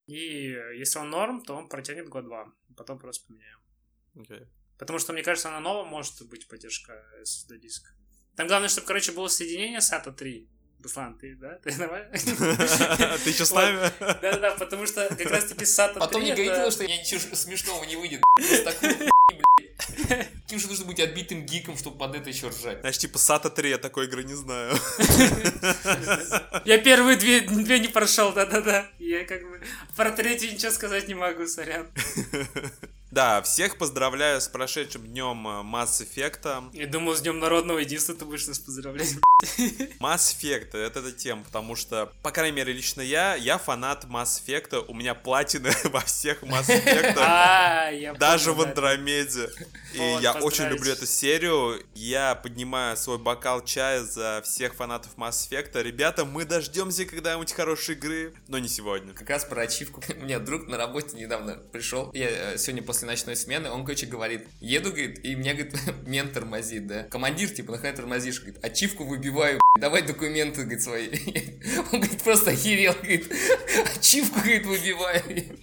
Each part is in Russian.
И если он норм, то он протянет год-два. Потом просто поменяем. Okay. Потому что, мне кажется, на новом может быть поддержка SSD-диска. Там главное, чтобы, было соединение SATA 3. Руслан, ты, да? Ты нормально? Ты еще с нами? Да-да-да, потому что как раз-таки SATA 3... Потом не говорите, что ничего смешного не выйдет. Просто такой блядь. Каким же нужно быть отбитым гиком, чтобы под это еще ржать? Знаешь, типа SATA 3, я такой игры не знаю. Я первые две не прошел, да-да-да. Я про третью ничего сказать не могу, сорян. Да, всех поздравляю с прошедшим днем Mass Effect. Я думал, с Днем Народного Единства ты будешь нас поздравлять. Mass Effect, это тема, потому что, по крайней мере, лично я фанат Mass Effect, у меня платины во всех Mass Effect, даже в Андромеде. И я очень люблю эту серию, я поднимаю свой бокал чая за всех фанатов Mass Effect. Ребята, мы дождемся когда-нибудь хорошей игры, но не сегодня. Как раз про ачивку. У меня друг на работе недавно пришел, я сегодня после ночной смены, он, говорит, еду, говорит, и меня, говорит, мент тормозит, да. Командир, типа, нахай тормозишь, говорит, ачивку выбиваю, давай документы, говорит, свои. Он, говорит, просто охерел, говорит, ачивку, говорит, выбиваю.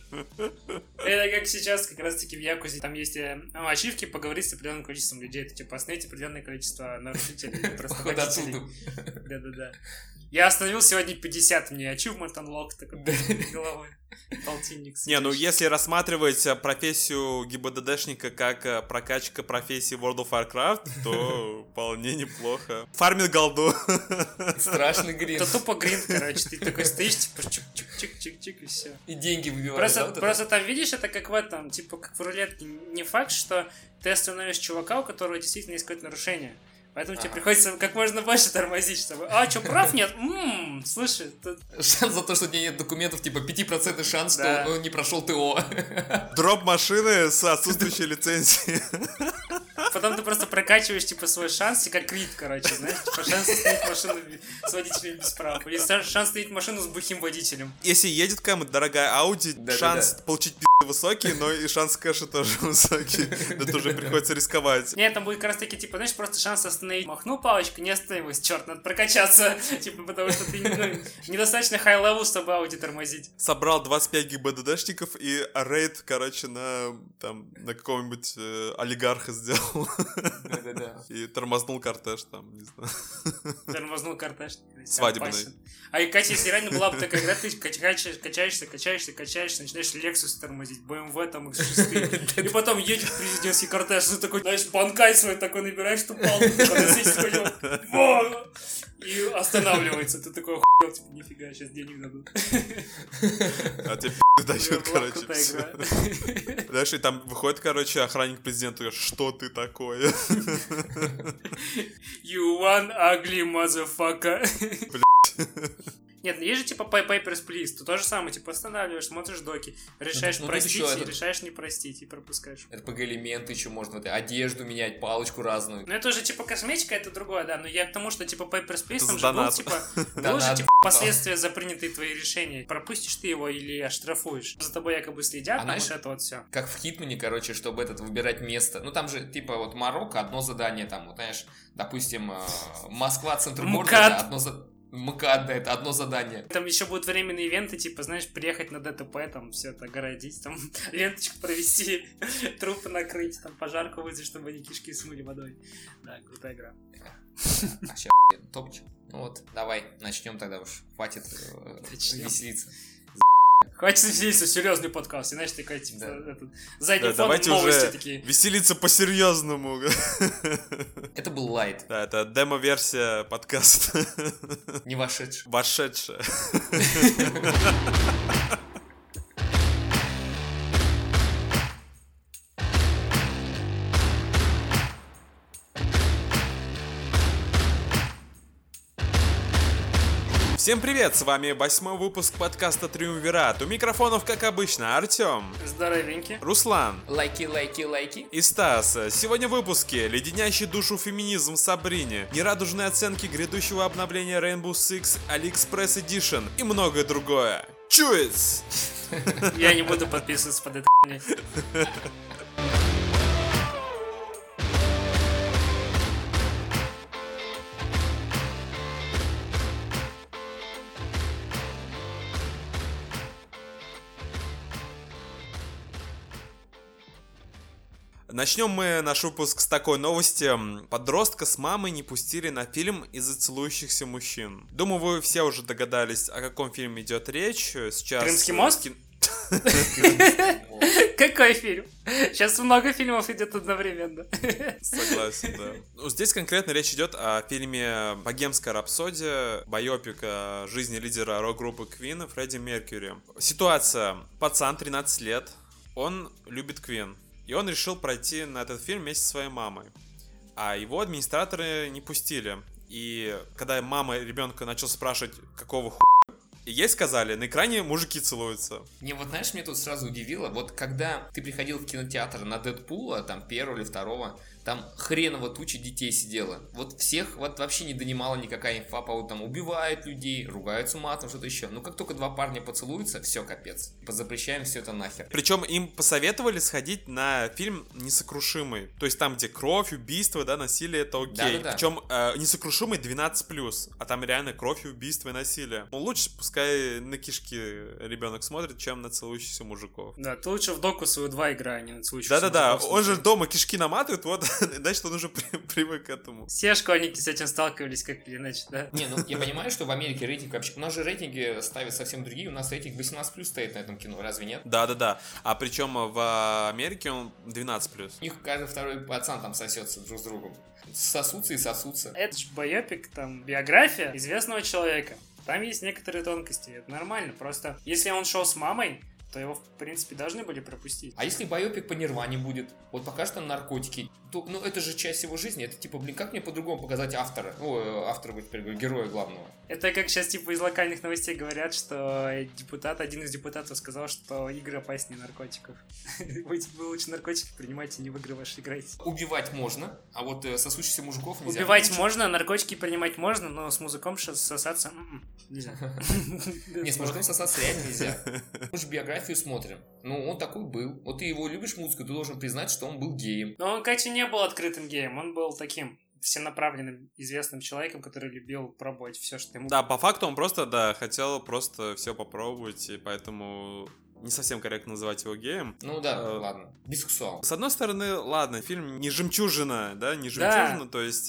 Это как сейчас, как раз таки в Якузе, там есть ачивки поговорить с определенным количеством людей, это типа остановить определенное количество нарушителей, просто ходителей. Да-да-да. Я остановил сегодня 50, мне achievement unlock такой головой. Полтинник. Не, ну если рассматривать профессию ГИБДДшника как прокачка профессии World of Warcraft, то вполне неплохо. Фарминг голду. Страшный гринд. Это тупо гринд, короче. Ты такой стоишь, типа чик-чик-чик-чик и все. И деньги выбиваешь. Просто там, видишь, это как в этом, типа как в рулетке. Не факт, что ты остановишь чувака, у которого действительно есть какое-то нарушение. Поэтому тебе приходится как можно больше тормозить, чтобы... А, что, прав нет? Слушай, тут... Шанс за то, что у тебя нет документов, типа 5% шанс, что он не прошел ТО. Дроп машины с отсутствующей лицензией. Потом ты просто прокачиваешь, типа, свой шанс, и как крит, короче, знаешь, типа, шанс остановить машину с водителем без прав. Или шанс остановить машину с бухим водителем. Если едет кому-то дорогая Ауди, шанс получить высокий, но и шанс кэша тоже высокий. Это уже приходится рисковать. Нет, там будет как раз таки, типа, знаешь, просто шанс остановить. Махнул палочку, не остановилась, черт, надо прокачаться. Типа, потому что ты недостаточно хай-левел, чтобы Ауди тормозить. Собрал 25 ГИБДДшников и рейд, короче, на какого-нибудь олигарха сделал. Да-да-да. И тормознул кортеж там, не знаю. Тормознул кортеж. Свадебный. А и Катя, если реально была бы такая игра, ты качаешься, начинаешь Lexus тормозить, BMW там X6, и потом едет президентский кортеж, ты такой, знаешь, банкай свой такой набираешь ту палку, и останавливается, ты такой охуел, типа, нифига, сейчас денег дадут. А тебе дают, короче, все. Знаешь, и там выходит, короче, охранник президента, говорит, что ты такое? You one ugly motherfucker. Нет, ну есть же типа Papers, Please, ты то же самое, типа останавливаешь, смотришь доки, решаешь простить и решаешь не простить, и пропускаешь. RPG-элементы еще можно, одежду менять, палочку разную. Ну это уже типа косметика, это другое, да, но я к тому, что типа Papers, Please, там же был типа последствия за принятые твои решения. Пропустишь ты его или оштрафуешь. За тобой якобы следят, а вот это вот все. Как в Хитмане, короче, чтобы выбирать место. Ну там же типа вот Марокко, одно задание там, вот знаешь, допустим, Москва, центр города, одно задание. МКАД, да, это одно задание. Там еще будут временные ивенты, типа, знаешь, приехать на ДТП, там все это огородить, там ленточку провести, трупы накрыть, там пожарку вызвать, чтобы они кишки смыли водой. Да, крутая игра. А сейчас топчик. Ну вот, давай, начнем тогда уж. Хватит веселиться. Хватит веселиться, серьезный подкаст. И знаешь, такая, типа, задний фон давайте новости уже такие. Веселиться по-серьезному. Это был лайт. Да, это демо-версия подкаста. Не вошедшая. Вошедшая. Всем привет, с вами 8-й выпуск подкаста Триумвират. У микрофонов, как обычно, Артем. Здоровенький. Руслан. Лайки. И Стас. Сегодня в выпуске леденящий душу феминизм Сабрине, нерадужные оценки грядущего обновления Rainbow Six AliExpress Edition и многое другое. Чуец! Я не буду подписываться под это. Начнем мы наш выпуск с такой новости. Подростка с мамой не пустили на фильм из-за целующихся мужчин. Думаю, вы все уже догадались, о каком фильме идет речь. Сейчас... Крымский мост? Какой фильм? Сейчас много фильмов идет одновременно. Согласен, да. Ну, здесь конкретно речь идет о фильме «Богемская рапсодия», байопик о жизни лидера рок-группы Queen Фредди Меркьюри. Ситуация. Пацан, 13 лет, он любит Queen. И он решил пройти на этот фильм вместе со своей мамой. А его администраторы не пустили. И когда мама ребенка начала спрашивать, какого хуя, и ей сказали, на экране мужики целуются. Не, вот знаешь, мне тут сразу удивило, вот когда ты приходил в кинотеатр на Дэдпула, там первого или второго, там хреново туча детей сидела. Вот всех вот вообще не донимала никакая инфа, по вот там убивают людей, ругаются матом, что-то еще. Ну как только два парня поцелуются, все, капец. Позапрещаем все это нахер. Причем им посоветовали сходить на фильм «Несокрушимый». То есть там, где кровь, убийство, да, насилие, это окей. Да-да-да. Причем «Несокрушимый» 12+, а там реально кровь, убийство и насилие. Ну лучше пускай на кишки ребенок смотрит, чем на целующихся мужиков. Да, ты лучше в доку свою 2 играй, а не на целующихся Да-да-да, мужиков. он же дома кишки наматывает, вот, значит, он уже привык к этому. Все школьники с этим сталкивались, как или иначе, да? Не, ну я понимаю, что в Америке рейтинг вообще... У нас же рейтинги ставят совсем другие, у нас рейтинг 18+, стоит на этом кино, разве нет? Да-да-да, а причем в Америке он 12+. У них каждый второй пацан там сосется друг с другом. Сосутся и сосутся. Это же байопик, там, биография известного человека. Там есть некоторые тонкости, это нормально. Просто если он шел с мамой, то его, в принципе, должны были пропустить. А если байопик по Нирване будет? Вот покажет там наркотики. То, ну, это же часть его жизни. Это типа, блин, как мне по-другому показать автора? Ну, автора, теперь говорю, героя главного. Это как сейчас, типа, из локальных новостей говорят, что один из депутатов сказал, что игры опаснее наркотиков. Вы лучше наркотики принимайте, не в игры ваши играйте. Убивать можно, а вот сосущихся мужиков нельзя. Убивать можно, наркотики принимать можно, но с мужиком сосаться нельзя. Не, с мужиком сосаться реально нельзя. Мы же биографию смотрим. Ну, он такой был. Вот ты его любишь музыку, ты должен признать, что он был геем. Но он, кстати, не был открытым геем, он был таким всенаправленным, известным человеком, который любил пробовать все, что ему... Да, по факту он просто, да, хотел просто все попробовать, и поэтому не совсем корректно называть его геем. Ну да, ладно, бисексуал. С одной стороны, ладно, фильм не жемчужина, да, не жемчужина, да. То есть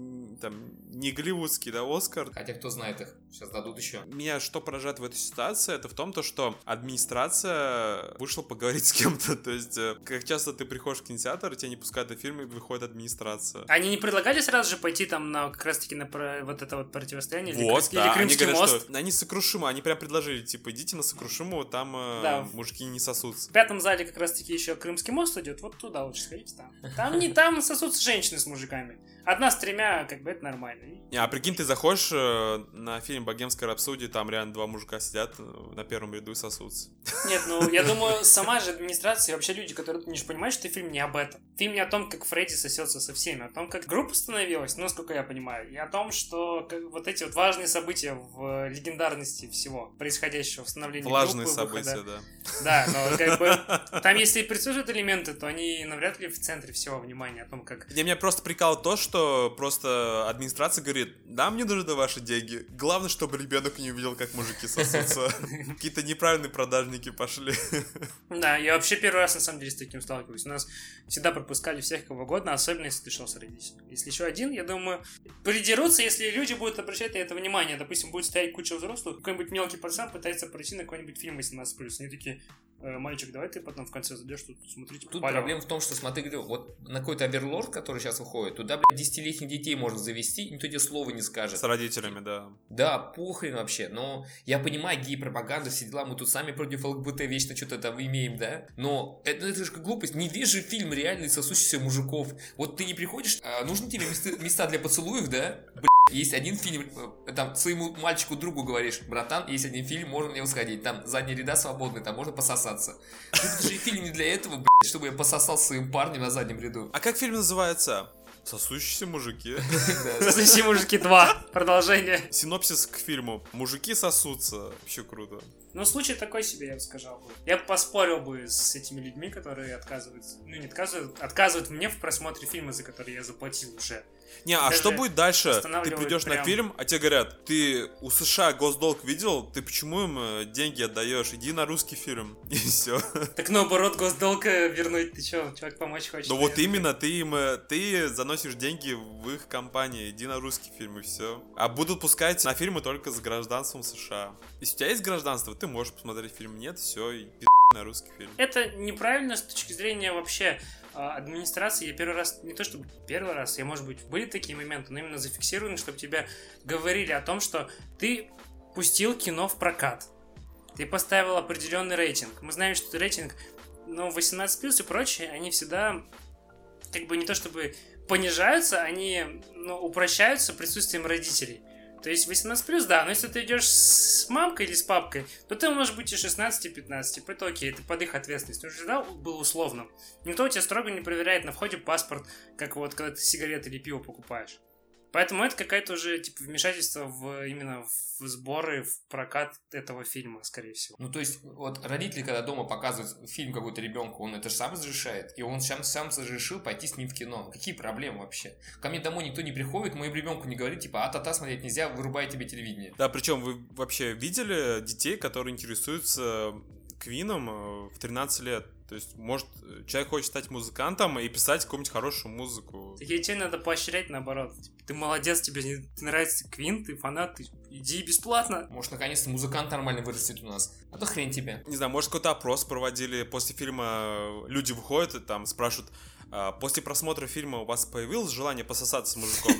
там не голливудский, да, Оскар. Хотя кто знает их, сейчас дадут еще. Меня что поражает в этой ситуации, это в том, что администрация вышла поговорить с кем-то, то есть как часто ты приходишь в кинотеатр, тебя не пускают на фильм, и выходит администрация. Они не предлагали сразу же пойти там на как раз-таки на вот это вот противостояние? Вот, или Крымский они говорят, мост? что они сокрушимы, они прям предложили, типа, идите на сокрушимую, там мужики не сосутся. В 5 зале как раз-таки еще Крымский мост идет, вот туда лучше сходите там. Там сосутся женщины с мужиками. 1 с 3, как бы это нормально. А прикинь, ты заходишь на фильм «Богемская рапсодия», там реально 2 мужика сидят на первом ряду и сосутся. Нет, ну я думаю, сама же администрация и вообще люди, которые не понимают, что фильм не об этом. Фильм не о том, как Фредди сосется со всеми, о том, как группа становилась, ну, насколько я понимаю, и о том, что вот эти вот важные события в легендарности всего происходящего в становлении влажные группы, события, выхода. Да. Да, но как бы там если и присутствуют элементы, то они навряд ли в центре всего внимания о том, как... Меня просто прикалывает то, что просто администрация говорит, да, мне нужны ваши деньги. Главное, чтобы ребенок не увидел, как мужики сосутся. Какие-то неправильные продажники пошли. Да, я вообще первый раз на самом деле с таким сталкиваюсь. У нас всегда пропускали всех кого угодно, особенно если ты шел с родителями. Если еще один, я думаю, придерутся, если люди будут обращать на это внимание. Допустим, будет стоять куча взрослых, какой-нибудь мелкий пацан пытается пройти на какой-нибудь фильм 18+. Они такие, мальчик, давай ты потом в конце зайдешь, тут смотрите. Тут проблема в том, что, смотри, вот на какой-то Оверлорд, который сейчас выходит, туда, блядь, 10-летних детей можно завести, никто тебе слова не скажет. С родителями, да. Да, похрен вообще, но я понимаю, гей-пропаганда, все дела, мы тут сами против ЛГБТ вечно что-то там имеем, да, но это же глупость, не вижу фильм реальный сосущихся мужиков, вот ты не приходишь, нужны тебе места для поцелуев, да, есть один фильм, там, своему мальчику-другу говоришь, братан, есть один фильм, можно мне сходить, там, задние ряда свободные, там, можно пососаться. Это же фильм не для этого, блядь, чтобы я пососал своим парнем на заднем ряду. А как фильм называется? «Сосущиеся мужики». «Сосущиеся мужики 2». Продолжение. Синопсис к фильму. Мужики сосутся. Вообще круто. Ну, случай такой себе, я бы сказал. Я бы поспорил бы с этими людьми, которые отказываются. Ну, не отказывают мне в просмотре фильма, за который я заплатил уже. Не, а что будет дальше? Ты придешь на фильм, а тебе говорят, ты у США госдолг видел, ты почему им деньги отдаешь? Иди на русский фильм, и все. Так наоборот, госдолг вернуть, ты че, человек помочь хочет? Ну вот именно, ты заносишь деньги в их компании, иди на русский фильм, и все. А будут пускать на фильмы только с гражданством США. Если у тебя есть гражданство, ты можешь посмотреть фильм, нет, все, и на русский фильм. Это неправильно с точки зрения вообще администрации. Я первый раз, не то чтобы первый раз, я, может быть, были такие моменты, но именно зафиксированы, чтобы тебя говорили о том, что ты пустил кино в прокат. Ты поставил определенный рейтинг. Мы знаем, что рейтинг, 18+, и прочее, они всегда, как бы не то чтобы понижаются, они, упрощаются присутствием родителей. То есть 18+, да, но если ты идешь с мамкой или с папкой, то ты можешь быть и 16, и 15, это окей, это под их ответственность. Уже всегда был условным. Никто у тебя строго не проверяет на входе паспорт, как вот когда ты сигареты или пиво покупаешь. Поэтому это какое-то уже типа вмешательство именно в сборы, в прокат этого фильма, скорее всего. Ну, то есть, вот родители, когда дома показывают фильм какой-то ребенку, он это же сам разрешает, и он сам разрешил пойти с ним в кино. Какие проблемы вообще? Ко мне домой никто не приходит, моему ребенку не говорит, типа, та-та смотреть нельзя, вырубай тебе телевидение. Да, причем вы вообще видели детей, которые интересуются Квином в 13 лет? То есть, может, человек хочет стать музыкантом и писать какую-нибудь хорошую музыку. Такие детей надо поощрять, наоборот. Ты молодец, тебе нравится Квин, ты фанат, ты иди бесплатно. Может, наконец-то музыкант нормально вырастет у нас. А то хрень тебе. Не знаю, может, какой-то опрос проводили после фильма. Люди выходят и там спрашивают, после просмотра фильма у вас появилось желание пососаться с мужиком?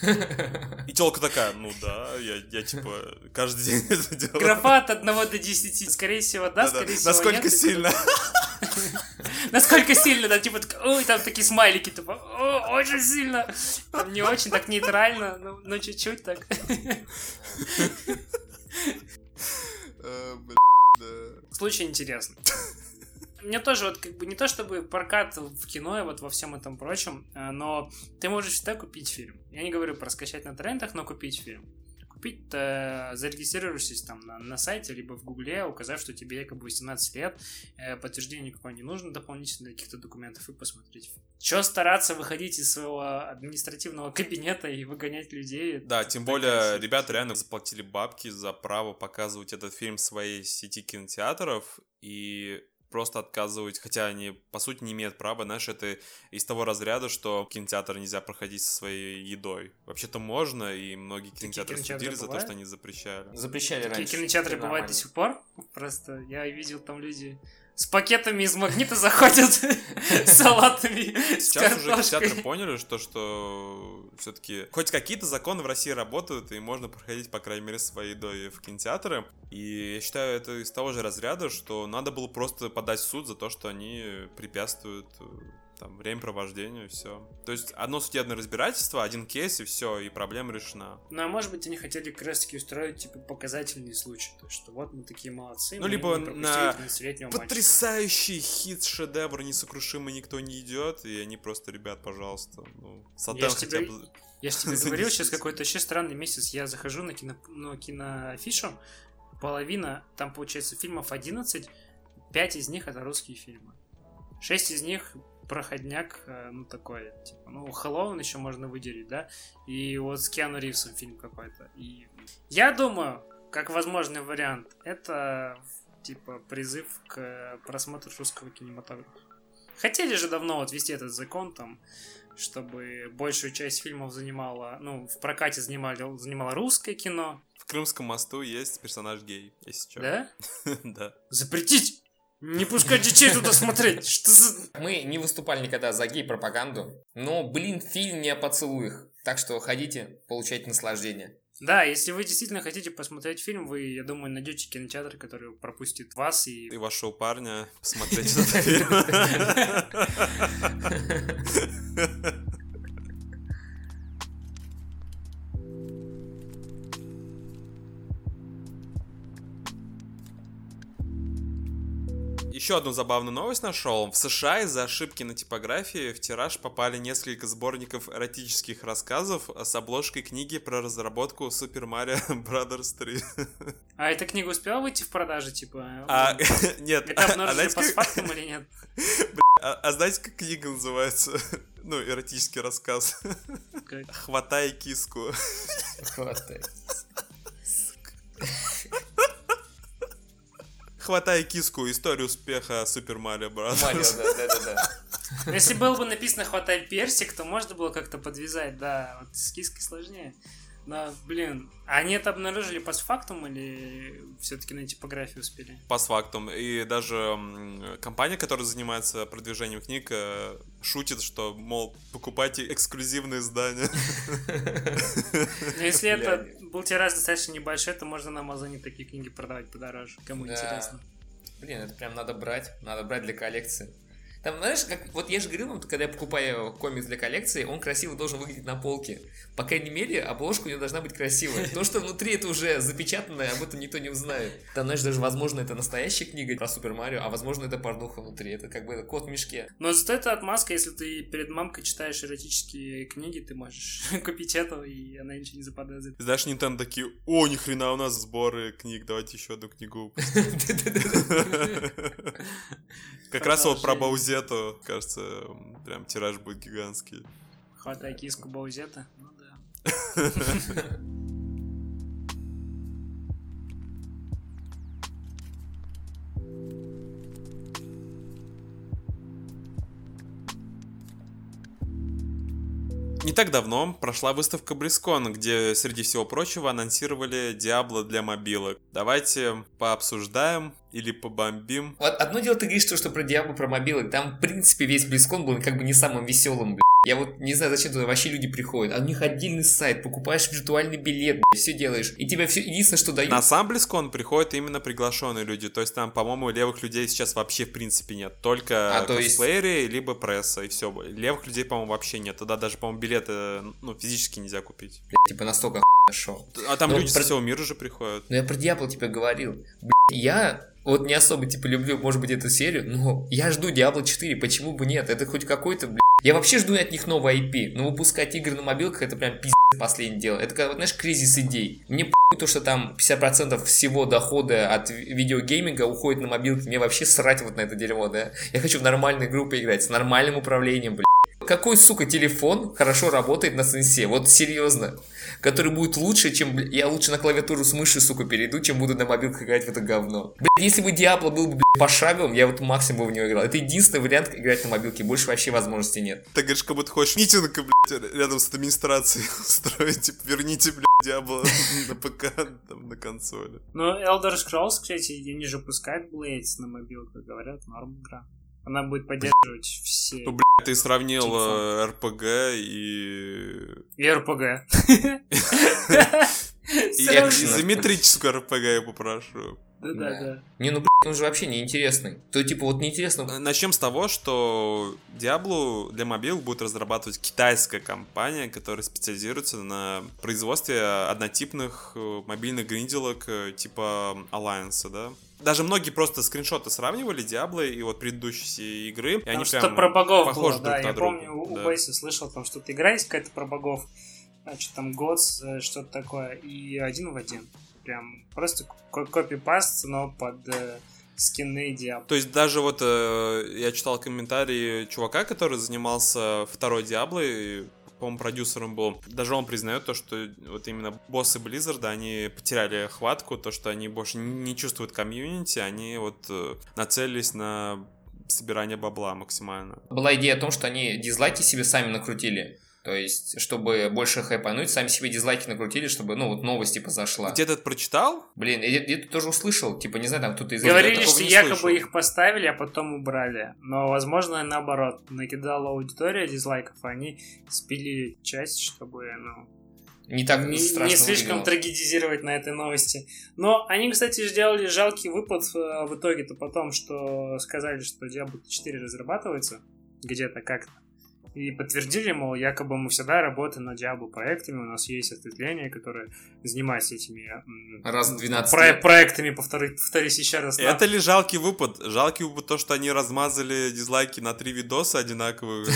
И тёлка такая, ну да, я типа каждый день это делаю. Графа от 1 до 10, скорее всего, да, скорее всего, насколько нет. сильно? Насколько сильно, да, типа, ой, там такие смайлики, типа, очень сильно. Там не очень, так нейтрально, но чуть-чуть так. Случай интересный. Мне тоже вот как бы не то чтобы прокат в кино и вот во всем этом прочем, но ты можешь всегда купить фильм. Я не говорю про скачать на торрентах, но купить фильм. Купить, зарегистрируешься там на сайте, либо в Гугле, указав, что тебе якобы 18 лет, подтверждение никакое не нужно, дополнительно каких-то документов, и посмотреть. Чё стараться выходить из своего административного кабинета и выгонять людей? Да, тем более ребята реально заплатили бабки за право показывать этот фильм в своей сети кинотеатров, и просто отказывать, хотя они, по сути, не имеют права, знаешь, это из того разряда, что в кинотеатр нельзя проходить со своей едой. Вообще-то можно, и многие кинотеатры судили за то, что они запрещали. Запрещали раньше. Такие кинотеатры бывают до сих пор. Просто я видел там люди с пакетами из магнита заходят, с салатами, с Сейчас уже картошкой. кинотеатры поняли, что все-таки хоть какие-то законы в России работают, и можно проходить, по крайней мере, своей едой в кинотеатры. И я считаю, это из того же разряда, что надо было просто подать в суд за то, что они препятствуют там времяпровождению, и все. То есть одно судебное разбирательство, один кейс, и все, и проблема решена. Ну, а может быть, они хотели как раз-таки устроить, типа, показательный случай. То, что вот мы такие молодцы, ну, мы либо не пропустили на 13-летнего потрясающий хит-шедевр «Несокрушимый» никто не идет, и они просто, ребят, пожалуйста, Я же тебе говорил, сейчас какой-то вообще странный месяц. Я захожу на киноафишу, половина, там, получается, фильмов 11, 5 из них это русские фильмы. 6 из них проходняк, такой, типа, Хэллоуин еще можно выделить, да, и вот с Киану Ривзом фильм какой-то. И я думаю, как возможный вариант, это, типа, призыв к просмотру русского кинематографа. Хотели же давно вот ввести этот закон, там, чтобы большую часть фильмов в прокате занимало русское кино. В Крымском мосту есть персонаж гей, если что. Да? Да. Запретить! Не пускать детей туда смотреть! Что за... Мы не выступали никогда за гей-пропаганду, но, фильм не о поцелуях. Так что ходите, получайте наслаждение. Да, если вы действительно хотите посмотреть фильм, вы, я думаю, найдете кинотеатр, который пропустит вас и вашего парня посмотреть этот фильм. еще одну забавную новость нашел. В США из-за ошибки на типографии в тираж попали несколько сборников эротических рассказов с обложкой книги про разработку Super Mario Bros. 3. А эта книга успела выйти в продажу, типа? Нет. Это обнаружили постфактум или нет? А знаете, как книга называется? Ну, эротический рассказ. «Хватай киску». Хватай. «Хватай киску. История успеха Super Mario Bros». Да. Если было бы написано «Хватай персик», то можно было как-то подвязать, да. Вот с киской сложнее. Но, блин, они это обнаружили постфактум или все-таки на типографию успели? Постфактум. И даже компания, которая занимается продвижением книг, шутит, что, мол, покупайте эксклюзивные издания. Если это был тираж достаточно небольшой, то можно на Амазоне такие книги продавать подороже. Кому интересно. Блин, это прям надо брать для коллекции. Там, знаешь, как, вот я же говорил вам, когда я покупаю комикс для коллекции, он красиво должен выглядеть на полке. По крайней мере, обложка у него должна быть красивая. То, что внутри это уже запечатанное, об этом никто не узнает. Там, знаешь, даже, возможно, это настоящая книга про Супер Марио, а возможно, это порнуха внутри. Это как бы кот в мешке. Но зато это отмазка, если ты перед мамкой читаешь эротические книги, ты можешь купить это, и она ничего не заподозрит. Знаешь, Nintendo такие: о, ни хрена, у нас сборы книг, давайте еще одну книгу. Как раз вот про Баузету, кажется, прям тираж будет гигантский. Хватай киску Баузета? Ну да. Не так давно прошла выставка BlizzCon, где, среди всего прочего, анонсировали Diablo для мобилок. Давайте пообсуждаем или побомбим. Вот одно дело, ты говоришь, что про Diablo, про мобилок. Там, в принципе, весь BlizzCon был как бы не самым веселым, блядь. Я вот не знаю, зачем туда вообще люди приходят. А у них отдельный сайт, покупаешь виртуальный билет, блядь, все делаешь. И тебе все единственное, что дают... На сам BlizzCon приходят именно приглашенные люди. То есть там, по-моему, левых людей сейчас вообще в принципе нет. Только косплееры, либо пресса, и все. Левых людей, по-моему, вообще нет. Туда даже, по-моему, билеты физически нельзя купить. Блядь, типа настолько шоу. А там люди со всего мира же приходят. Ну я про Diablo тебе говорил. Блядь, я... Вот не особо, типа, люблю, может быть, эту серию, но я жду Diablo 4, почему бы нет? Это хоть какой-то, блядь... Я вообще жду от них новый IP, но выпускать игры на мобилках — это прям пиздец последнее дело. Это, как, знаешь, кризис идей. Мне то, что там 50% всего дохода от видеогейминга уходит на мобилки, мне вообще срать вот на это дерьмо, да? Я хочу в нормальную игру поиграть, с нормальным управлением, блядь. Какой, сука, телефон хорошо работает на сенсе? Вот серьезно. Который будет лучше, чем... Я лучше на клавиатуру с мышью, сука, перейду, чем буду на мобилках играть в это говно. Блядь, если бы Diablo был бы, блядь, пошаговым, я вот максимум бы в него играл. Это единственный вариант играть на мобилке. Больше вообще возможностей нет. Ты говоришь, как будто хочешь митинг, блядь, рядом с администрацией устроить. Типа, верните, блядь, Diablo на ПК, там, на консоли. Ну, Elder Scrolls, кстати, они же пускают Blades на мобилках, говорят, норм игра. Она будет поддерживать все... Ну, блядь, ты сравнил РПГ и... И РПГ. И изометрическую РПГ я попрошу. Да. Не, ну, блядь, он же вообще неинтересный. То, типа, вот неинтересно... Начнем с того, что Diablo для мобил будет разрабатывать китайская компания, которая специализируется на производстве однотипных мобильных гринделок типа Alliance, да? Даже многие просто скриншоты сравнивали Diablo и вот предыдущие игры, и там они что-то прям про богов похожи было, друг да, на я друга. помню, у Бейса слышал, там что-то игра есть какая-то про богов, что там Gods, что-то такое, и один в один. Прям просто копипаст, но под скины Diablo. То есть даже вот я читал комментарии чувака, который занимался второй Diablo, и, по-моему, продюсером был. Даже он признает то, что вот именно боссы Blizzard, они потеряли хватку, то, что они больше не чувствуют комьюнити, они вот нацелились на собирание бабла максимально. Была идея о том, что они дизлайки себе сами накрутили. То есть, чтобы больше хайпануть, сами себе дизлайки накрутили, чтобы, ну, вот новость, типа, зашла. Ты этот прочитал? Блин, я это тоже услышал, типа, не знаю, там кто-то из... Говорили, что якобы их поставили, а потом убрали. Но, возможно, наоборот, накидала аудитория дизлайков, а они спилили часть, чтобы, ну... Не слишком трагедизировать на этой новости. Но они, кстати, сделали жалкий выпад в итоге-то потом, что сказали, что Diablo 4 разрабатывается где-то как-то. и подтвердили, мол, якобы мы всегда работаем над Diablo проектами, у нас есть ответвление, которое занимается этими раз в 12 проектами, повторюсь еще раз. Это ли жалкий выпад? Жалкий выпад то, что они размазали дизлайки на 3 видоса одинаковых.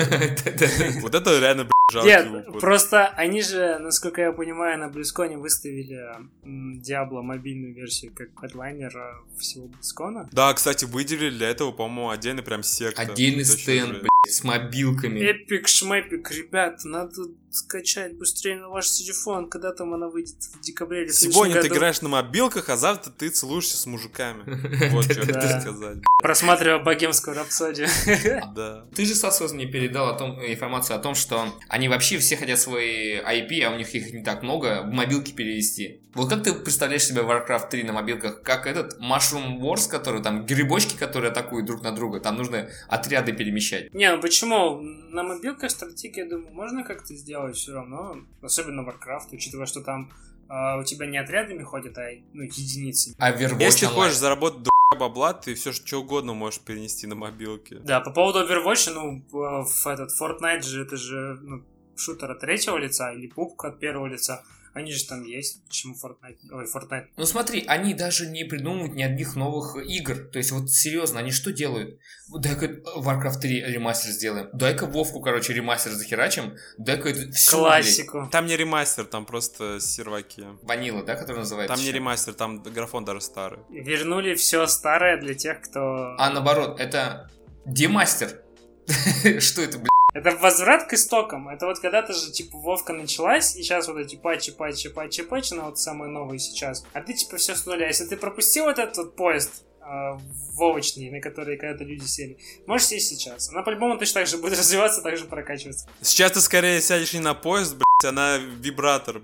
Вот это реально, жалкий выпад. Нет, просто они же, насколько я понимаю, на BlizzCon выставили Diablo мобильную версию как хедлайнер всего BlizzCon. Да, кстати, выделили для этого, по-моему, отдельный прям сектор. Отдельный стенд, с мобилками. Эпик шмепик, ребят, надо скачать быстрее на ваш телефон, когда там она выйдет в декабре или в следующем году. Сегодня ты играешь на мобилках, а завтра ты целуешься с мужиками. Вот что я хочу сказать. Просматривая богемскую рапсодию. Да. Ты же, Сасос, мне передал информацию о том, что они вообще все хотят свои IP, а у них их не так много, в мобилки перевести. Вот как ты представляешь себе Warcraft 3 на мобилках? Как этот Mushroom Wars, который там грибочки, которые атакуют друг на друга, там нужно отряды перемещать. Не, ну почему? На мобилках стратегии, я думаю, можно как-то сделать все равно. Особенно Warcraft, учитывая, что там у тебя не отрядами ходят, а единицами. А Overwatch Если онлайн. хочешь заработать бабла, ты все что угодно можешь перенести на мобилки. Да, по поводу Overwatch, в этот Fortnite же, это же шутер от третьего лица или PUBG от первого лица. Они же там есть. Почему Fortnite? Ну смотри, они даже не придумывают ни одних новых игр. То есть вот серьезно, они что делают? Дай-ка Warcraft 3 ремастер сделаем. Дай-ка Вовку, ремастер захерачим. Дай-ка это все. Классику. Блядь. Там не ремастер, там просто серваки. Ванила, да, который называется? Там не ремастер, там графон даже старый. Вернули все старое для тех, кто... А наоборот, это демастер. Что это, блядь? Это возврат к истокам. Это вот когда-то же, типа, Вовка началась, и сейчас вот эти патчи, она вот самые новые сейчас. А ты, типа, все с нуля. Если ты пропустил вот этот вот поезд вовочный, на который когда-то люди сели, можешь сесть сейчас. Она по-любому точно так же будет развиваться, так же прокачиваться. Сейчас ты скорее сядешь не на поезд, блядь, а на вибратор.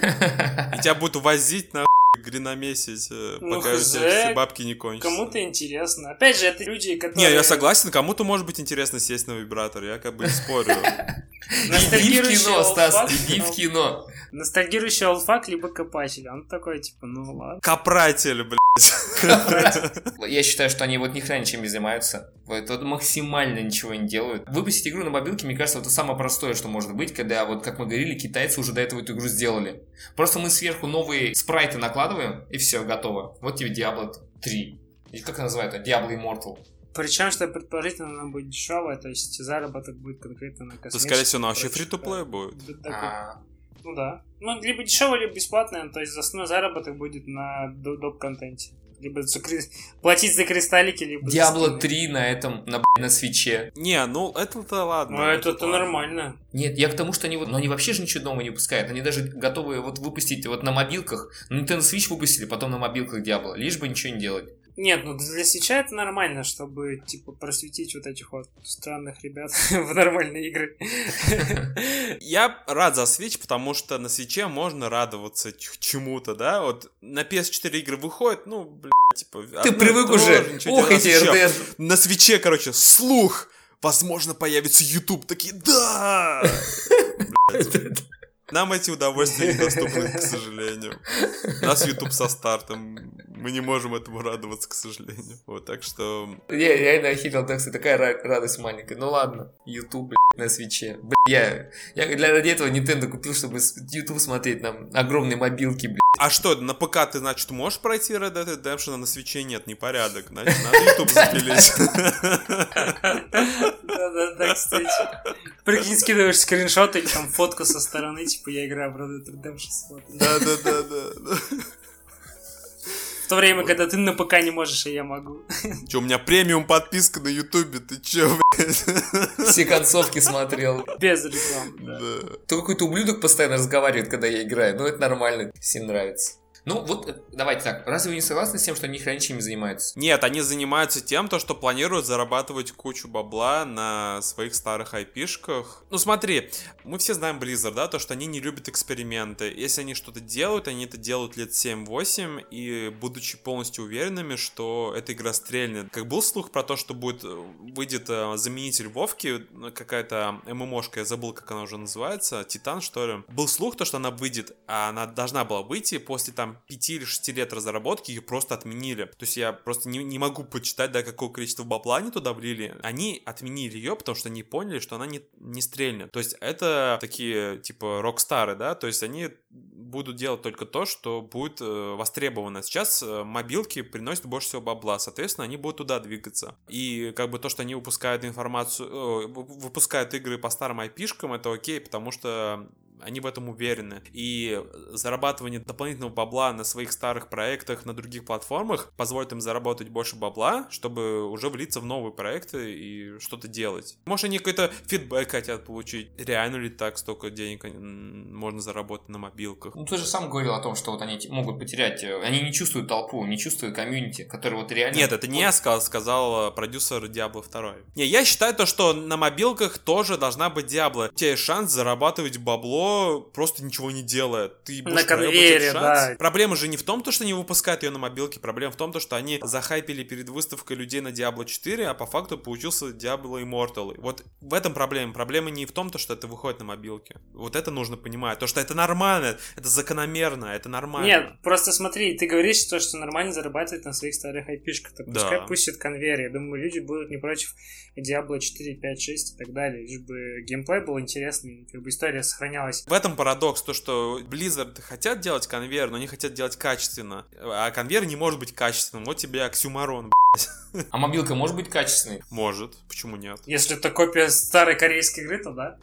И тебя будут возить на гриномесить, пока у тебя все бабки не кончатся. Кому-то интересно. Опять же, это люди, которые... Не, я согласен, кому-то может быть интересно сесть на вибратор, я как бы не спорю. Иди в кино, Стас, иди в кино. Ностальгирующий олдфак, либо копатель. Он такой, типа, ну ладно. Копратель, блядь. Я считаю, что они вот ни хрена ничем не занимаются. Вот максимально ничего не делают. Выпустить игру на мобилке, мне кажется, это самое простое, что может быть, когда, вот как мы говорили, китайцы уже до этого эту игру сделали. Просто мы сверху новые спрайты накладываем, и все, готово. Вот тебе Diablo 3. Или как она называется? Diablo Immortal. Причем, что предположительно она будет дешевая, то есть заработок будет конкретно на косметике. То, скорее всего, она вообще фри-то-плей будет. Ну да. Ну, либо дешевая, либо бесплатная, то есть основной заработок будет на доп-контенте. Либо платить за кристаллики, либо... Diablo 3 на этом, на свитче. Не, ну это-то ладно. Ну это нормально. Нет, я к тому, что они вообще же ничего нового не выпускают. Они даже готовы вот выпустить вот на мобилках. Nintendo Switch выпустили, потом на мобилках Diablo. Лишь бы ничего не делать. Нет, ну для свитча это нормально, чтобы, типа, просветить вот этих вот странных ребят в нормальные игры. Я рад за Switch, потому что на свитче можно радоваться чему-то, да? Вот на PS4 игры выходят, ну, блядь, типа... Ты привык уже? Ох, эти РДС. На свитче, слух! Возможно, появится YouTube. Такие, да! Нам эти удовольствия недоступны, к сожалению. У нас YouTube со стартом. Мы не можем этому радоваться, к сожалению. Вот, так что... Я реально охерел, так что такая радость маленькая. Ну ладно, YouTube, на свитче. Я ради этого Nintendo купил, чтобы YouTube смотреть на огромные мобилки, блядь. А что, на ПК ты, значит, можешь пройти Red Dead Redemption, а на свитче нет, непорядок. Значит, надо YouTube запилить. Да, кстати. Прикинь, скидываешь скриншот или там фотку со стороны, типа, я играю в Red Dead Redemption. Да. В то время, когда ты на ПК не можешь, а я могу. Че, у меня премиум подписка на Ютубе, ты че, блядь? Все концовки смотрел. Без рекламы, да. То какой-то ублюдок постоянно разговаривает, когда я играю. Ну, это нормально, всем нравится. Ну, вот, давайте так. Разве вы не согласны с тем, что они хрен чем занимаются? Нет, они занимаются тем, что планируют зарабатывать кучу бабла на своих старых айпишках. Ну, смотри, мы все знаем Blizzard, да, то, что они не любят эксперименты. Если они что-то делают, они это делают лет 7-8, и будучи полностью уверенными, что эта игра стрельнет. Как был слух про то, что выйдет заменитель Вовки, какая-то ММОшка, я забыл, как она уже называется, Титан, что ли. Был слух, то, что она выйдет, а она должна была выйти после там там 5 или 6 лет разработки ее просто отменили. То есть я просто не могу почитать, да, какое количество бабла они туда влили. Они отменили ее, потому что они поняли, что она не стрельнет. То есть это такие, типа, рок-стары, да, то есть они будут делать только то, что будет востребовано. Сейчас мобилки приносят больше всего бабла, соответственно, они будут туда двигаться. И как бы то, что они выпускают информацию, выпускают игры по старым IP-шкам, это окей, потому что они в этом уверены. И зарабатывание дополнительного бабла на своих старых проектах на других платформах позволит им заработать больше бабла, чтобы уже влиться в новые проекты и что-то делать. Может, они какой-то фидбэк хотят получить. Реально ли так столько денег можно заработать на мобилках? Ну, ты же сам говорил о том, что вот они могут потерять... Они не чувствуют толпу, не чувствуют комьюнити, который вот реально... Нет, это не я сказал продюсер Diablo 2. Не, я считаю то, что на мобилках тоже должна быть Diablo. У тебя есть шанс зарабатывать бабло, просто ничего не делая. Ты будешь на конвейере, да. Проблема же не в том, что они выпускают ее на мобилке, проблема в том, что они захайпили перед выставкой людей на Diablo 4, а по факту получился Diablo Immortal. Вот в этом проблема. Проблема не в том, что это выходит на мобилке. Вот это нужно понимать. То, что это нормально, это закономерно, это нормально. Нет, просто смотри, ты говоришь, что нормально зарабатывать на своих старых IP-шках. Так пускай пустят конвейер. Я думаю, люди будут не против Diablo 4, 5, 6 и так далее. Лишь бы геймплей был интересный, как бы история сохранялась. В этом парадокс, то, что Blizzard хотят делать конвейер, но не хотят делать качественно. А конвейер не может быть качественным. Вот тебе оксюмарон, блядь. А мобилка может быть качественной? Может. Почему нет? Если это копия старой корейской игры, то да.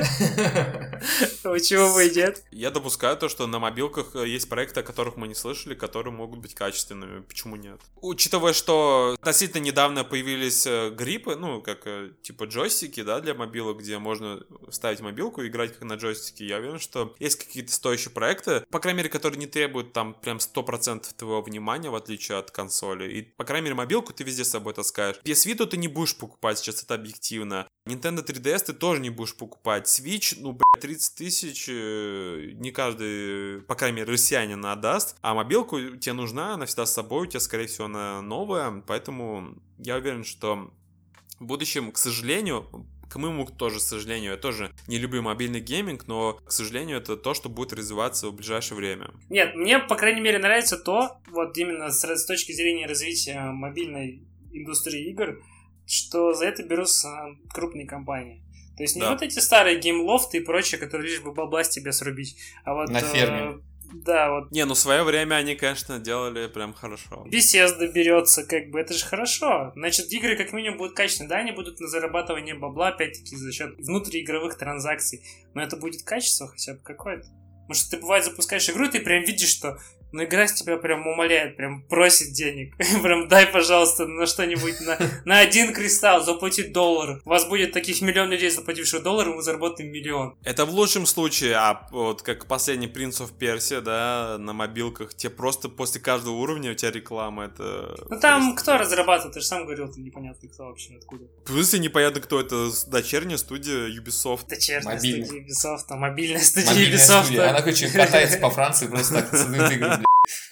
Почему бы и нет? Я допускаю то, что на мобилках есть проекты, о которых мы не слышали, которые могут быть качественными. Почему нет? Учитывая, что относительно недавно появились гриппы, ну, как типа джойстики, да, для мобилок, где можно ставить мобилку и играть как на джойстике, я уверен, что есть какие-то стоящие проекты, по крайней мере, которые не требуют там прям 100% твоего внимания, в отличие от консоли. И, по крайней мере, мобилку ты везде с собой таскаешь. PS Vita ты не будешь покупать, сейчас это объективно. Nintendo 3DS ты тоже не будешь покупать. Switch, ну, 30 тысяч не каждый, по крайней мере, россиянин отдаст. А мобилку тебе нужна, она всегда с собой, у тебя, скорее всего, она новая. Поэтому я уверен, что в будущем, к сожалению, к моему тоже, к сожалению, я тоже не люблю мобильный гейминг, но, к сожалению, это то, что будет развиваться в ближайшее время. Нет, мне, по крайней мере, нравится то, вот именно с точки зрения развития мобильной индустрии игр, что за это берутся крупные компании. То есть не вот эти старые геймлофты и прочее, которые лишь бы бабла с тебя срубить, а вот... На ферме. Да, вот. Не, ну в свое время они, конечно, делали прям хорошо. Bethesda берется, как бы, это же хорошо. Значит, игры как минимум будут качественные. Да, они будут на зарабатывание бабла, опять-таки, за счет внутриигровых транзакций. Но это будет качество хотя бы какое-то. Потому что ты, бывает, запускаешь игру, и ты прям видишь, что ну, игра с тебя прям умоляет, прям просит денег. Прям дай, пожалуйста, на что-нибудь, на один кристалл, заплатить $1. У вас будет таких миллион людей, заплативших $1, и мы заработаем миллион. Это в лучшем случае, а вот как последний Prince of Persia, да, на мобилках, тебе просто после каждого уровня у тебя реклама, это... Ну там кто разрабатывает, ты же сам говорил, там непонятно кто вообще, откуда. В смысле непонятно кто, это дочерняя студия Ubisoft. Дочерняя студия Ubisoft, а мобильная студия Ubisoft. Она, короче, катается по Франции, просто так создают игры, блядь.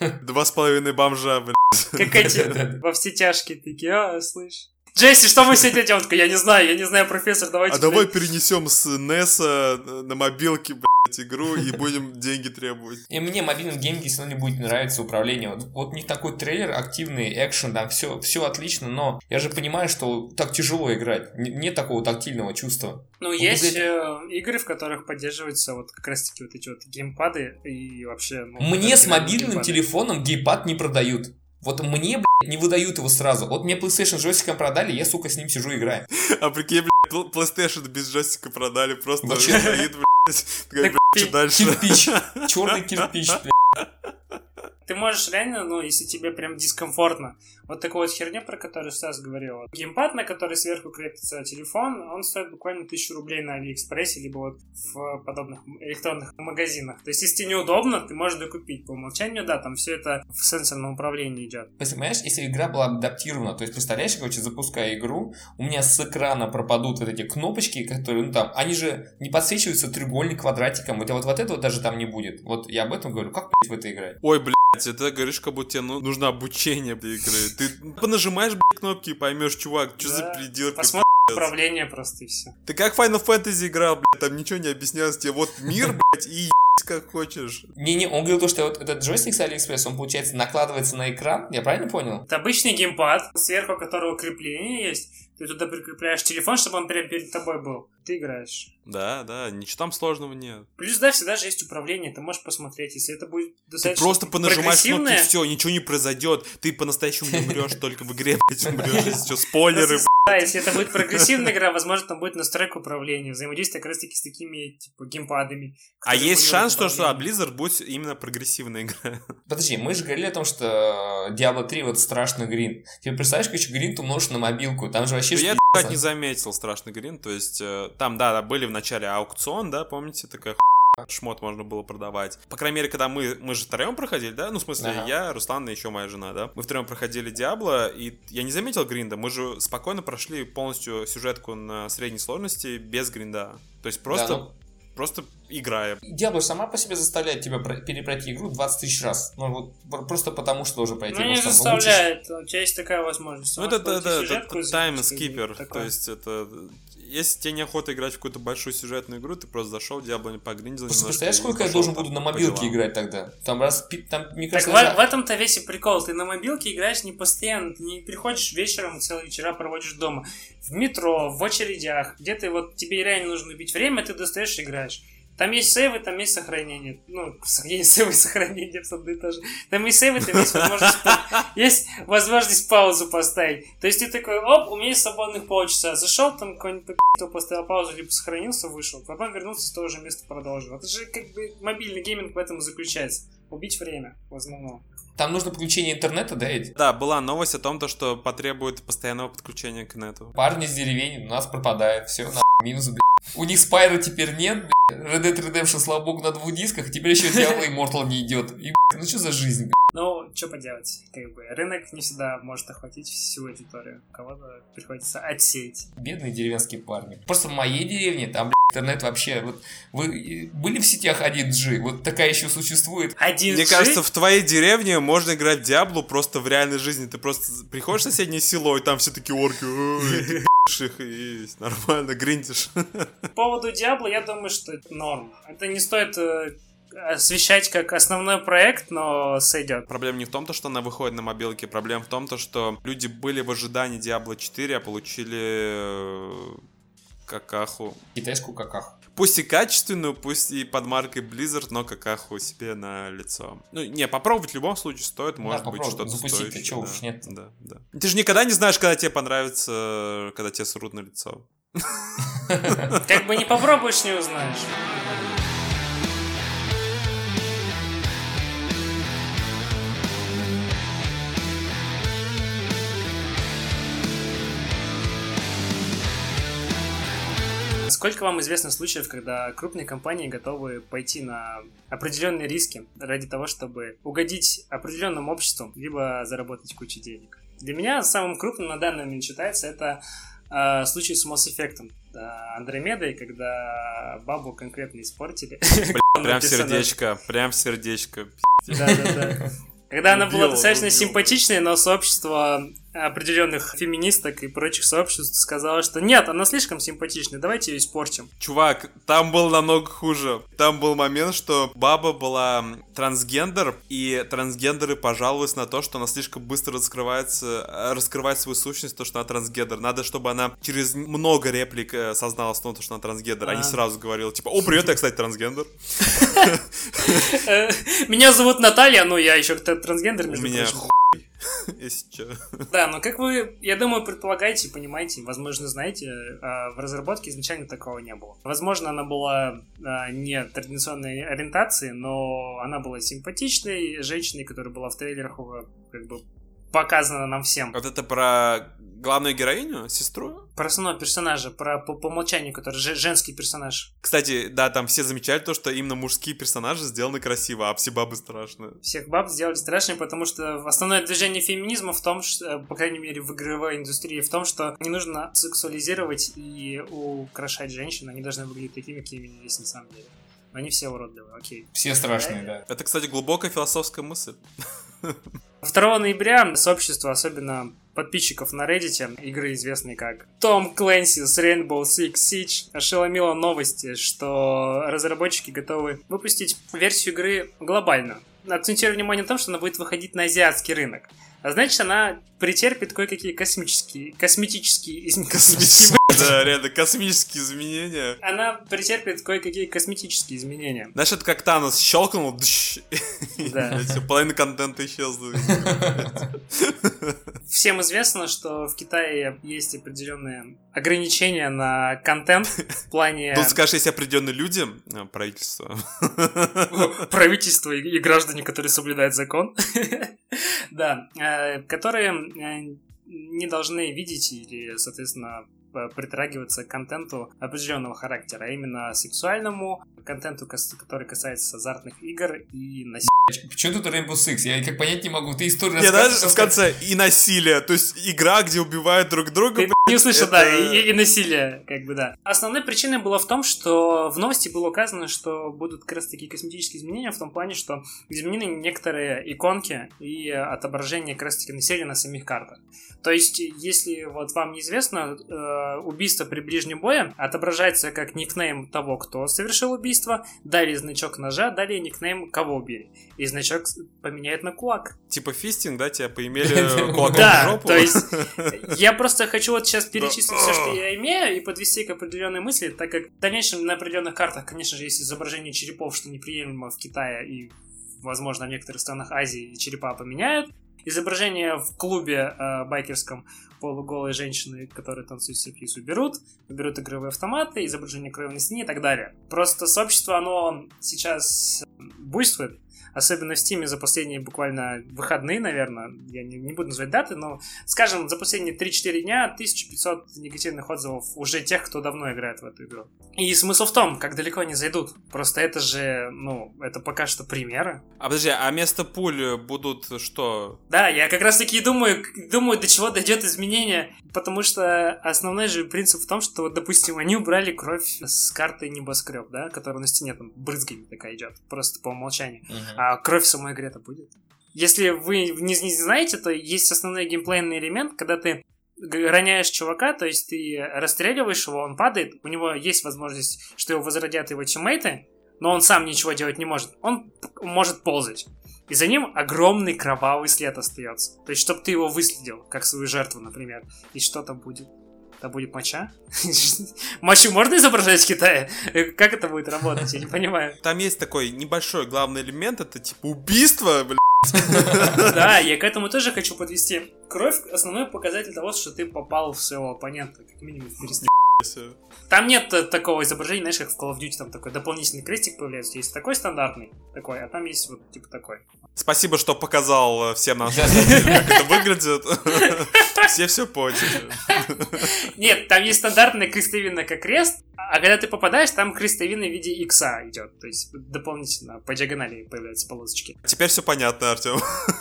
2,5 бомжа, блядь. Как эти во все тяжкие такие, слышь. Джесси, что мы сегодня делаем? Я не знаю, профессор, давайте... А давай перенесем с NES на мобилки, блядь, игру и будем деньги требовать. И мне мобильный гейминг все равно не будет нравиться управление. Вот у них такой трейлер, активный экшен, там все отлично, но я же понимаю, что так тяжело играть. Нет такого тактильного чувства. Ну, вот есть игры, в которых поддерживаются вот как раз-таки вот эти вот геймпады и вообще... Ну, мне с мобильным телефоном геймпад не продают. Вот мне, блядь, не выдают его сразу. Вот мне PlayStation с джойстиком продали, я, сука, с ним сижу и играю. А прикинь, блядь, PlayStation без джойстика продали, просто стоит, блядь, такая, блядь, что дальше? Кирпич, черный кирпич, блядь. Ты можешь реально, ну, если тебе прям дискомфортно, вот такую вот херню, про которую Стас говорил. Геймпад, на который сверху крепится телефон, он стоит буквально 1000 рублей на Алиэкспрессе, либо вот в подобных электронных магазинах. То есть, если тебе неудобно, ты можешь докупить. По умолчанию, да, там все это в сенсорном управлении идет. Понимаешь, если игра была адаптирована, то есть, представляешь, короче, запуская игру, у меня с экрана пропадут вот эти кнопочки, которые, ну, там, они же не подсвечиваются треугольник квадратиком, вот этого даже там не будет. Вот я об этом говорю, как, блядь, в это играть? Ой, блядь. Это говоришь, как будто тебе нужно обучение для игры. Ты понажимаешь, блядь, кнопки и поймешь, чувак, что за переделка. Посмотри управление просто и все. Ты как Final Fantasy играл, блядь, там ничего не объяснялось тебе. Вот мир, блядь, и как хочешь. Не-не, он говорил то, что вот этот джойстик с Алиэкспресс, он, получается, накладывается на экран, я правильно понял? Это обычный геймпад, сверху которого крепление есть. Ты туда прикрепляешь телефон, чтобы он прямо перед тобой был. Ты играешь. Да, ничего там сложного нет. Плюс, да, всегда же есть управление, ты можешь посмотреть, если это будет достаточно ты просто понажимаешь кнопки, все, ничего не произойдет. Ты по-настоящему не умрешь, только в игре, блядь, умрешь. Если что, спойлеры, да, если это будет прогрессивная игра, возможно, там будет настройка управления, взаимодействие как раз-таки с такими, типа, геймпадами. А есть шанс, что от Blizzard будет именно прогрессивная игра. Подожди, мы же говорили о том, что Diablo 3 вот страшный гринд. Тебе представляешь, как еще гринд умножить на мобилку? Там же вообще... Я, кстати, не заметил страшный гринд, то есть там, да, были в начале аукцион, да, помните, такая шмот можно было продавать. По крайней мере, когда мы же втроем проходили, да? Ну, в смысле, я, Руслан и еще моя жена, да? Мы втроем проходили Диабло, и я не заметил гринда. Мы же спокойно прошли полностью сюжетку на средней сложности без гринда. То есть просто играя. Диабло сама по себе заставляет тебя перепройти игру 20 тысяч раз. Ну, вот просто потому, что уже пройти. Ну, не заставляет. У тебя есть такая возможность. Ну, это тайм-скипер. То есть, это... Если тебе неохота играть в какую-то большую сюжетную игру, ты просто зашел, Диабло погриндил. Представляешь, сколько я должен буду на мобилке играть тогда? Там Так в этом-то весь и прикол. Ты на мобилке играешь не постоянно. Ты не приходишь вечером, целые вечера проводишь дома. В метро, в очередях. Где-то вот тебе реально нужно убить время, ты достаешь и играешь. Там есть сейвы, там есть сохранение. Ну, сейвы и сохранение в одно и то же. Там есть сейвы, там есть возможность паузу поставить. То есть ты такой, оп, у меня есть свободных полчаса. Зашел, там какой-нибудь поставил паузу, либо сохранился, вышел. Потом вернулся, с того же места продолжил. Это же как бы мобильный гейминг в этом и заключается. Убить время, в основном. Там нужно подключение интернета, да, Эдь? Да, была новость о том, что потребует постоянного подключения к нету. Парни с деревень у нас пропадает. Все, минус, блядь. У них Спайра теперь нет, блядь. Red Dead Redemption, слава богу, на 2 дисках. Теперь еще Diablo Immortal не идет. И, блядь, ну что за жизнь, блядь? Ну, что поделать, как бы. Рынок не всегда может охватить всю аудиторию. Кого-то приходится отсеять. Бедные деревенские парни. Просто в моей деревне там, блядь, интернет вообще... Вот вы были в сетях 1G? Вот такая еще существует. 1G? Мне кажется, в твоей деревне можно играть в Диаблу просто в реальной жизни. Ты просто приходишь в соседнее село, и там все такие орки, их и нормально гриндишь. По поводу Диабло, я думаю, что это норм. Это не стоит освещать как основной проект, но сойдет. Проблема не в том, что она выходит на мобилке, проблема в том, что люди были в ожидании Diablo 4, а получили какаху. Китайскую какаху. Пусть и качественную, пусть и под маркой Blizzard, но какаху себе на лицо. Ну, не, попробовать в любом случае стоит, может быть, что-то запустить, стоящее. Чего уж нет. Да. Ты же никогда не знаешь, когда тебе понравится, когда тебе срут на лицо. Как бы не попробуешь, не узнаешь. Сколько вам известно случаев, когда крупные компании готовы пойти на определенные риски ради того, чтобы угодить определенным обществам, либо заработать кучу денег? Для меня самым крупным на данный момент считается это случай с Mass Effect, Андромедой, когда бабу конкретно испортили. Прям сердечко. Да. Когда она была достаточно симпатичной, но сообщество определенных феминисток и прочих сообществ сказала, что нет, она слишком симпатичная, давайте ее испортим. Чувак, там было намного хуже. Там был момент, что баба была трансгендер, и трансгендеры пожаловались на то, что она слишком быстро раскрывает свою сущность, то, что она трансгендер. Надо, чтобы она через много реплик созналась в том, что она трансгендер, а не сразу говорила, типа, о, привет, я, кстати, трансгендер. Меня зовут Наталья, но я еще трансгендер, между прочим. Если что. Да, но как вы, я думаю, предполагаете, понимаете, возможно, знаете, в разработке изначально такого не было. Возможно, она была не традиционной ориентации, но она была симпатичной женщиной, которая была в трейлерах как бы показана нам всем. Вот это про главную героиню, сестру? Про основного персонажа, по умолчанию, который женский персонаж. Кстати, да, там все замечали то, что именно мужские персонажи сделаны красиво, а все бабы страшные. Всех баб сделали страшными, потому что основное движение феминизма в том, что, по крайней мере, в игровой индустрии, в том, что не нужно сексуализировать и украшать женщин, они должны выглядеть такими, какими они есть на самом деле. Они все уродливые, окей. Все страшные, да. Это, кстати, глубокая философская мысль. 2 ноября сообщество, особенно подписчиков на Reddit, игры, известной как Tom Clancy's Rainbow Six Siege, ошеломило новости, что разработчики готовы выпустить версию игры глобально. Акцентирую внимание на том, что она будет выходить на азиатский рынок. А значит, она претерпит кое-какие косметические изменения. Да, реально, космические изменения. Она претерпит кое-какие косметические изменения. Знаешь, это как Танос щелкнул, да. Половина контента исчезла. Всем известно, что в Китае есть определенные ограничения на контент в плане... Тут, скажешь, есть определенные люди, правительство. Правительство и граждане, которые соблюдают закон. Да, которые не должны видеть или, соответственно, притрагиваться к контенту определенного характера, а именно сексуальному контенту, который касается азартных игр и насилия. Почему тут Rainbow Six? Я как понять не могу. Ты историю рассказываешь. Нет, даже в конце и насилие. То есть игра, где убивают друг друга. Ты не услышал, да, и насилие, как бы, да. Основной причиной было в том, что в новости было указано, что будут как раз такие косметические изменения, в том плане, что изменены некоторые иконки и отображение как раз таки насилия на самих картах. То есть, если вот вам неизвестно, убийство при ближнем бое отображается как никнейм того, кто совершил убийство, далее значок ножа, далее никнейм, кого убили. И значок поменяет на кулак. Типа фистинг, да, тебя поимели кулаком в жопу? Да, то есть я просто хочу вот сейчас перечислить все, что я имею, и подвести к определенной мысли, так как в дальнейшем на определенных картах, конечно же, есть изображение черепов, что неприемлемо в Китае и, возможно, в некоторых странах Азии черепа поменяют. Изображение в клубе байкерском полуголой женщины, которые танцуют стриптиз, уберут игровые автоматы, изображение крови на стене и так далее. Просто сообщество, оно сейчас буйствует, особенно в Steam за последние буквально выходные, наверное, я не буду называть даты, но, скажем, за последние 3-4 дня 1500 негативных отзывов уже тех, кто давно играет в эту игру. И смысл в том, как далеко они зайдут. Просто это же, это пока что примеры. А подожди, а вместо пуль будут что? Да, я как раз таки думаю, до чего дойдет изменение, потому что основной же принцип в том, что, допустим, они убрали кровь с карты небоскреб, да, которая на стене там брызгами такая идет, просто по умолчанию. А кровь в самой игре-то будет. Если вы не знаете, то есть основной геймплейный элемент, когда ты роняешь чувака, то есть ты расстреливаешь его, он падает, у него есть возможность, что его возродят его тиммейты, но он сам ничего делать не может. Он может ползать. И за ним огромный кровавый след остается. То есть, чтобы ты его выследил, как свою жертву, например. И что там будет? Это будет моча? Мочу можно изображать в Китае? Как это будет работать? Я не понимаю. Там есть такой небольшой главный элемент, это типа убийство, блядь. Да, я к этому тоже хочу подвести. Кровь — основной показатель того, что ты попал в своего оппонента, как минимум в перестрелку. Там нет такого изображения, знаешь, как в Call of Duty, там такой дополнительный крестик появляется. Есть такой стандартный, такой, а там есть вот типа такой. Спасибо, что показал всем нам, как это выглядит. Все поняли. Нет, там есть стандартная крестовина как крест, а когда ты попадаешь, там крестовина в виде икса идет. То есть дополнительно по диагонали появляются полосочки. Теперь все понятно, Артем.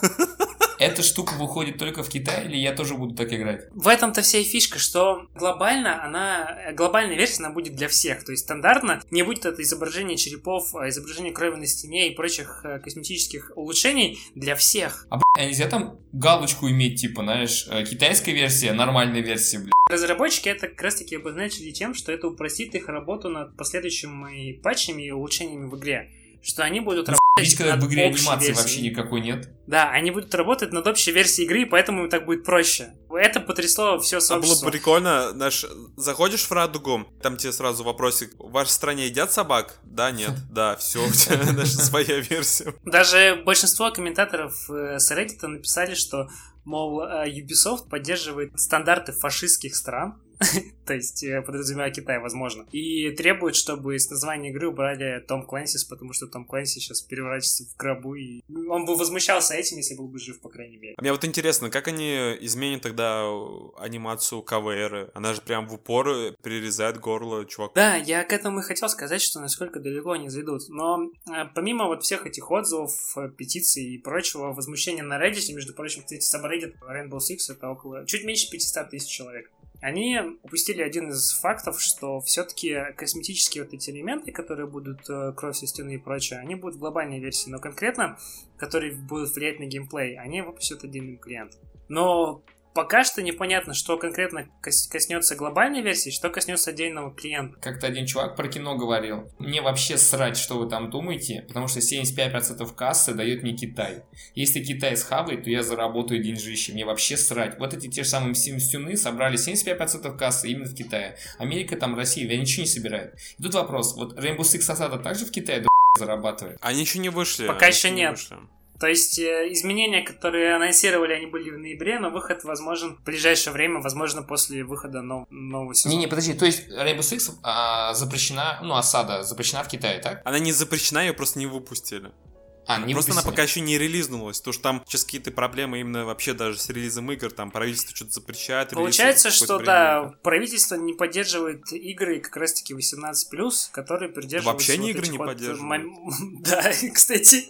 Эта штука выходит только в Китае, или я тоже буду так играть? В этом-то вся и фишка, что глобальная версия, она будет для всех. То есть стандартно не будет это изображение черепов, изображение крови на стене и прочих косметических улучшений для всех. А нельзя там галочку иметь, типа, знаешь, китайская версия, нормальная версия, блядь? Разработчики это как раз-таки обозначили тем, что это упростит их работу над последующими патчами и улучшениями в игре. Что они будут работать когда над в игре общей анимации версией. вообще никакой нет. Да, они будут работать над общей версией игры, поэтому им так будет проще. Это потрясло все сообщество. А было бы прикольно, знаешь, заходишь в Радугу, там тебе сразу вопросик: в вашей стране едят собак? Да, нет, да, все, у тебя даже своя версия. Даже большинство комментаторов с Reddit написали, что, мол, Ubisoft поддерживает стандарты фашистских стран, то есть, подразумевая Китай, возможно, и требует, чтобы с названия игры убрали Tom Clancy's, потому что Том Клэнси сейчас переворачивается в гробу, и он бы возмущался этим, если был бы жив, по крайней мере. А мне вот интересно, как они изменят тогда анимацию КВР? Она же прям в упор перерезает горло чуваку. Да, я к этому и хотел сказать, что насколько далеко они зайдут. Но помимо вот всех этих отзывов, петиций и прочего, возмущения на Reddit, между прочим, кстати, subreddit Rainbow Six — это около чуть меньше 500 тысяч человек. они упустили один из фактов, что все-таки косметические вот эти элементы, которые будут кровь со стены и прочее, они будут в глобальной версии, но конкретно, которые будут влиять на геймплей, они выпустят отдельным клиентом. Но пока что непонятно, что конкретно коснется глобальной версии, что коснется отдельного клиента. Как-то один чувак про кино говорил: мне вообще срать, что вы там думаете, потому что 75% кассы дает мне Китай. Если Китай схавает, то я заработаю деньжище. Мне вообще срать. Вот эти те же самые сюны собрали 75% кассы именно в Китае. Америка, там, Россия, я ничего не собираю. И тут вопрос: вот Rainbow Six Asada также в Китае зарабатывает? Они еще не вышли. Пока еще нет. То есть изменения, которые анонсировали, они были в ноябре, но выход возможен в ближайшее время, возможно, после выхода нового сезона. Не, подожди, то есть Rainbow Six запрещена, Асада запрещена в Китае, так? Она не запрещена, ее просто не выпустили. Просто она пока еще не релизнулась, потому что там сейчас какие-то проблемы именно вообще даже с релизом игр, там правительство что-то запрещает. Получается, что да, правительство не поддерживает игры как раз-таки 18+, которые придерживаются... Вообще ни игры не поддерживают. Да, кстати.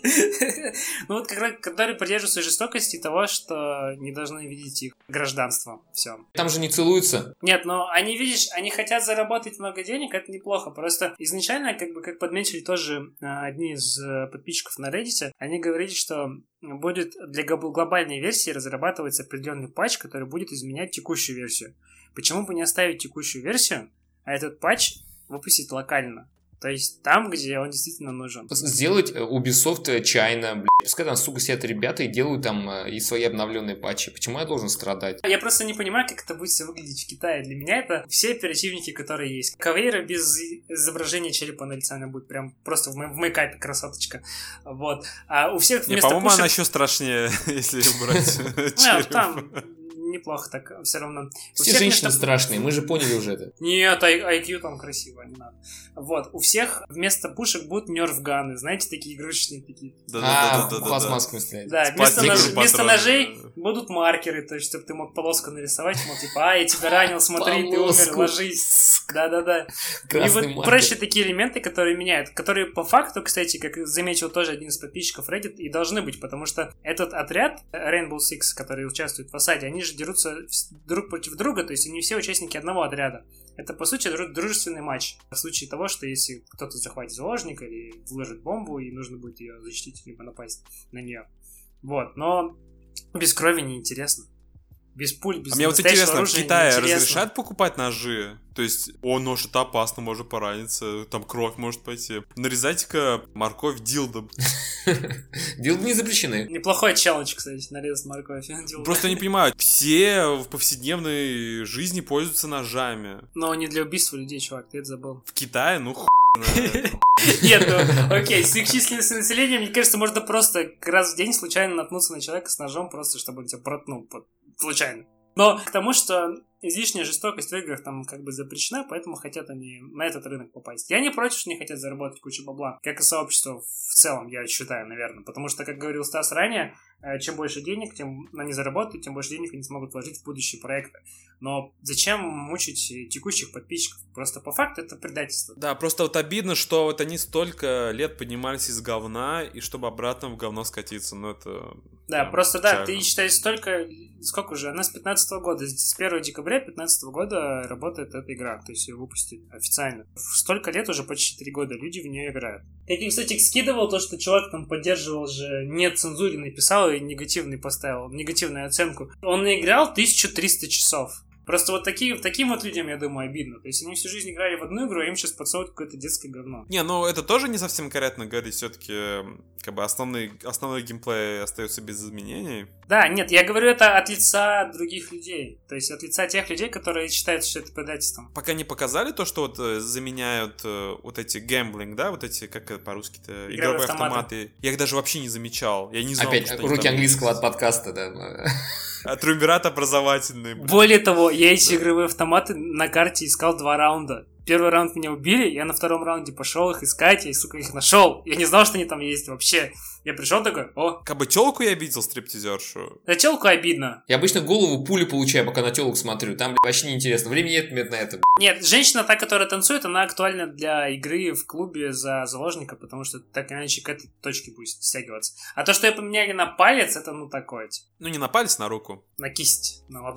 Ну вот как раз, которые придерживаются жестокости того, что не должны видеть их гражданство. Все. Там же не целуются. Нет, но они, видишь, они хотят заработать много денег, это неплохо. Просто изначально, как подметили тоже одни из подписчиков на Reddit, они говорили, что будет для глобальной версии разрабатываться определенный патч, который будет изменять текущую версию. Почему бы не оставить текущую версию, а этот патч выпустить локально? То есть там, где он действительно нужен. Сделать Ubisoft China, блядь. Пускай там, сука, сидят ребята и делают там и свои обновленные патчи. Почему я должен страдать? Я просто не понимаю, как это будет все выглядеть в Китае. Для меня это все оперативники, которые есть. Кавейра без изображения черепа на лице, она будет прям просто в мейкапе красоточка. Вот. А у всех вместо по-моему, она еще страшнее, если убрать череп. Там неплохо так, все равно. Все женщины страшные, мы же поняли уже это. Нет, IQ там красиво, не надо. Вот, у всех вместо пушек будут нерфганы, знаете, такие игрушечные такие. Да. Пластмассовыми стрелять. Да, вместо ножей будут маркеры, то есть, чтобы ты мог полоску нарисовать, мол, типа, я тебя ранил, смотри, ты умер, ложись. Да. И вот проще такие элементы, которые меняют, которые по факту, кстати, как заметил тоже один из подписчиков Reddit, и должны быть, потому что этот отряд Rainbow Six, который участвует в осаде, они же дерутся друг против друга, то есть они все участники одного отряда. Это, по сути, дружественный матч. В случае того, что если кто-то захватит заложника или вложит бомбу, и нужно будет ее защитить, либо напасть на нее. Вот, но без крови неинтересно. Без пуль, без мне вот интересно, в Китае разрешают покупать ножи? То есть, нож это опасно, может пораниться, там кровь может пойти. Нарезайте-ка морковь дилдом. Дилды не запрещены. Неплохой челлендж, кстати, нарезать морковь. Просто не понимаю, все в повседневной жизни пользуются ножами. Но не для убийства людей, чувак, ты это забыл. В Китае, Нет, окей, с их численностью населения, мне кажется, можно просто раз в день случайно наткнуться на человека с ножом, просто чтобы он тебя протнул случайно. Но к тому, что излишняя жестокость в играх там как бы запрещена, поэтому хотят они на этот рынок попасть. Я не против, что они хотят заработать кучу бабла, как и сообщество в целом, я считаю, наверное. Потому что, как говорил Стас ранее, чем больше денег, тем они заработают, тем больше денег они смогут вложить в будущие проекты. Но зачем мучить текущих подписчиков? Просто по факту это предательство. Да, просто вот обидно, что вот они столько лет поднимались из говна, и чтобы обратно в говно скатиться, это... Да, просто да, ты считаешь сколько уже? Она с 15 года, с 1 декабря 15 года работает эта игра, то есть ее выпустили официально. Столько лет, уже почти 3 года, люди в нее играют. Как я, кстати, скидывал то, что чувак там поддерживал же нет цензуры, написал и негативный поставил, негативную оценку. Он наиграл 1300 часов. Просто вот таким вот людям, я думаю, обидно. То есть они всю жизнь играли в одну игру, а им сейчас подсовывают какое-то детское говно. Не, это тоже не совсем корректно говорить. Все-таки как бы основной геймплей остается без изменений. Да, нет, я говорю это от лица других людей. То есть от лица тех людей, которые считают, что это предательством. Пока не показали то, что вот заменяют вот эти гэмблинг, да, вот эти, как это по-русски-то, игровые автоматы. Я их даже вообще не замечал. Я не знал, опять что уроки английского от подкаста, да. Триумвират образовательный. Более того, я эти игровые автоматы на карте искал 2 раунда. Первый раунд меня убили, я на втором раунде пошел их искать, и, сука, их нашел. Я не знал, что они там есть вообще. Я пришел такой, Как бы телку я видел, стриптизершу. За телку обидно. Я обычно голову пули получаю, пока на телок смотрю. Там, вообще неинтересно. Времени нет на это. Нет, женщина, та, которая танцует, она актуальна для игры в клубе за заложника, потому что так или иначе к этой точке будет стягиваться. А то, что ее поменяли на палец, это такое. Не на палец, на руку. На кисть, на ладонь.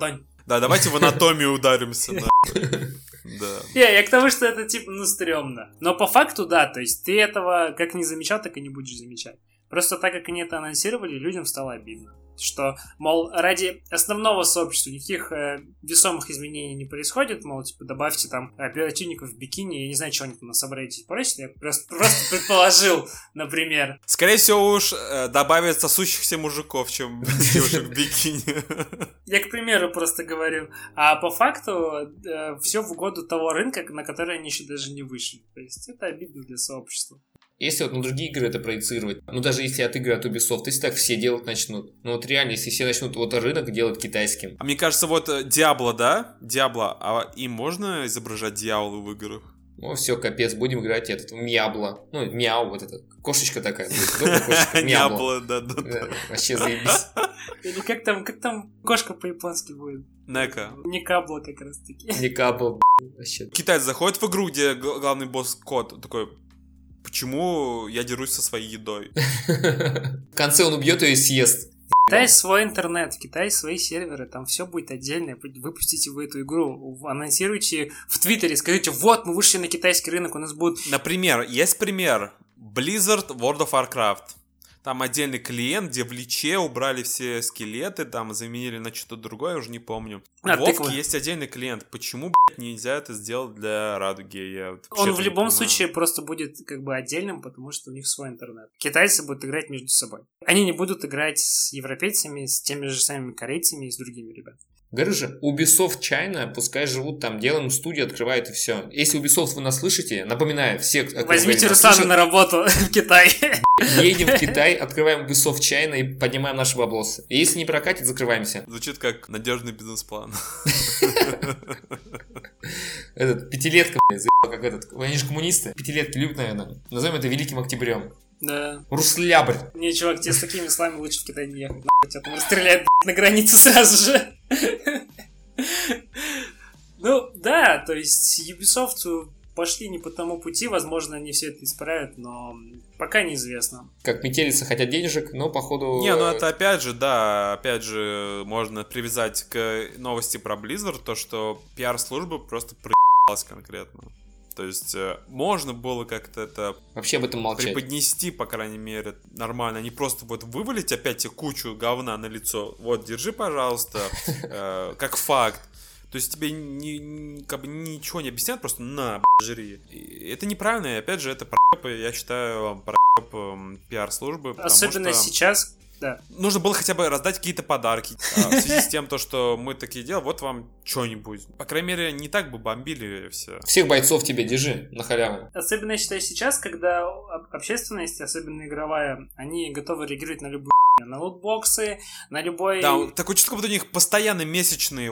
Да, давайте в анатомию ударимся. Да. Я к тому, что это типа, стрёмно. Но по факту, да, то есть ты этого как не замечал, так и не будешь замечать. Просто так как они это анонсировали, людям стало обидно. Что, мол, ради основного сообщества никаких весомых изменений не происходит. Мол, типа, добавьте там оперативников в бикини. Я не знаю, что они там на собрании просят. Я просто предположил, например. Скорее всего, уж добавят сосущихся мужиков, чем девушек в бикини. Я, к примеру, просто говорю. А по факту все в угоду того рынка, на который они еще даже не вышли. То есть это обидно для сообщества. Если вот на другие игры это проецировать, даже если от игры от Ubisoft, если так все делать начнут, реально, если все начнут вот рынок делать китайским. А мне кажется, вот Diablo, да? Diablo, а им можно изображать дьявола в играх? Все, капец, будем играть этот Мябло. Мяу, вот эта кошечка такая. Мябло, да. Вообще заебись. Или как там кошка по-японски будет? Нека. Не кабло как раз таки. Не кабло, вообще. Китаец заходит в игру, где главный босс кот, такой... Почему я дерусь со своей едой? В конце он убьет ее и съест. В Китае свой интернет, в Китае свои серверы, там все будет отдельно. Выпустите вы эту игру, анонсируйте в Твиттере, скажите, вот, мы вышли на китайский рынок, у нас будут... Например, есть пример. Blizzard World of Warcraft. Там отдельный клиент, где в личе убрали все скелеты, там заменили на что-то другое, я уже не помню. В Вовке есть отдельный клиент. Почему, нельзя это сделать для Радуги? Он в любом случае просто будет как бы отдельным, потому что у них свой интернет. Китайцы будут играть между собой. Они не будут играть с европейцами, с теми же самыми корейцами и с другими ребятами. Говорю же, Ubisoft China, пускай живут там, делаем студию, открывают и все. Если Ubisoft вы нас слышите, напоминаю, все... Возьмите Руслана на работу в Китай. Едем в Китай, открываем Ubisoft China и поднимаем наши баблосы. И если не прокатит, закрываемся. Звучит как надежный бизнес-план. Пятилетка, как этот. Они же коммунисты. Пятилетки любят, наверное. Назовем это Великим Октябрем. Да. Руслябрь. Не, чувак, тебе с такими словами лучше в Китай не ехать. Тебя там расстреляют на границе сразу же. Да, то есть Ubisoft пошли не по тому пути, возможно, они все это исправят, но пока неизвестно. Как метелицы хотят денежек, но походу... это опять же, можно привязать к новости про Blizzard, то, что пиар-служба просто проебалась конкретно. То есть можно было как-то это вообще об этом молчать, преподнести, по крайней мере, нормально. Не просто вот вывалить опять тебе кучу говна на лицо. Вот, держи, пожалуйста, как факт. То есть тебе ничего не объяснят, просто на, жри. И это неправильно, и опять же, это я считаю, пиар-службы. Особенно сейчас. Да. Нужно было хотя бы раздать какие-то подарки. В связи с тем, что мы такие делаем, вот вам что-нибудь. По крайней мере, не так бы бомбили все. Всех бойцов тебе держи на халяву. Особенно, я считаю, сейчас, когда общественность, особенно игровая, они готовы реагировать на любую на лутбоксы, на любой... Да, такое чувство, как будто у них постоянно месячные,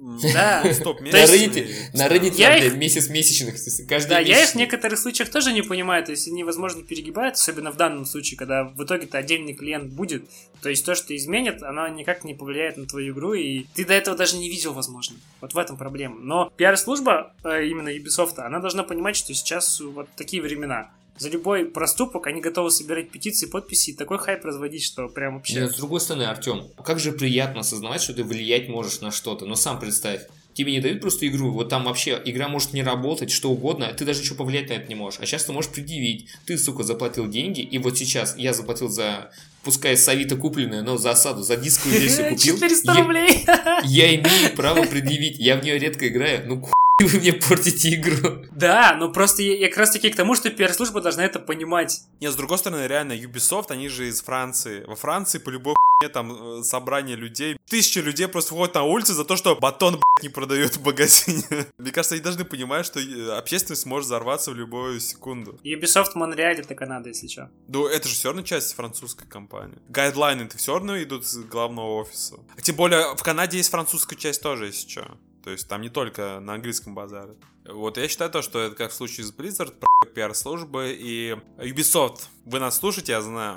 стоп-месячные. На Reddit месяц месячных, каждый Да, я их в некоторых случаях тоже не понимаю, то есть они, возможно, перегибают, особенно в данном случае, когда в итоге-то отдельный клиент будет, то есть то, что изменит, оно никак не повлияет на твою игру, и ты до этого даже не видел, возможно. Вот в этом проблема. Но пиар-служба, именно Ubisoft, она должна понимать, что сейчас вот такие времена. За любой проступок они готовы собирать петиции, подписи и такой хайп разводить, что прям вообще... Нет, с другой стороны, Артем, как же приятно осознавать, что ты влиять можешь на что-то. Но сам представь, тебе не дают просто игру, вот там вообще игра может не работать, что угодно, ты даже ничего повлиять на это не можешь. А сейчас ты можешь предъявить. Ты, сука, заплатил деньги, и вот сейчас я заплатил за... Пускай с Авито купленную, но за осаду, за дисковую версию купил. 400 рублей! Я имею право предъявить. Я в нее редко играю, вы мне портите игру. Да, но просто я как раз таки к тому, что пиар-служба должна это понимать. Нет, с другой стороны, реально, Ubisoft, они же из Франции. Во Франции по любой там собрание людей. 1000 людей просто выходят на улицу за то, что батон, не продают в магазине. Мне кажется, они должны понимать, что общественность может взорваться в любую секунду. Ubisoft в Монреале, это Канада, если что. Ну, это же все равно часть французской компании. Гайдлайны-то все равно идут с главного офиса. Тем более, в Канаде есть французская часть тоже, если что. То есть там не только на английском базаре. Вот я считаю то, что это как в случае с Blizzard, пиар-службы и Ubisoft. Вы нас слушаете, я знаю.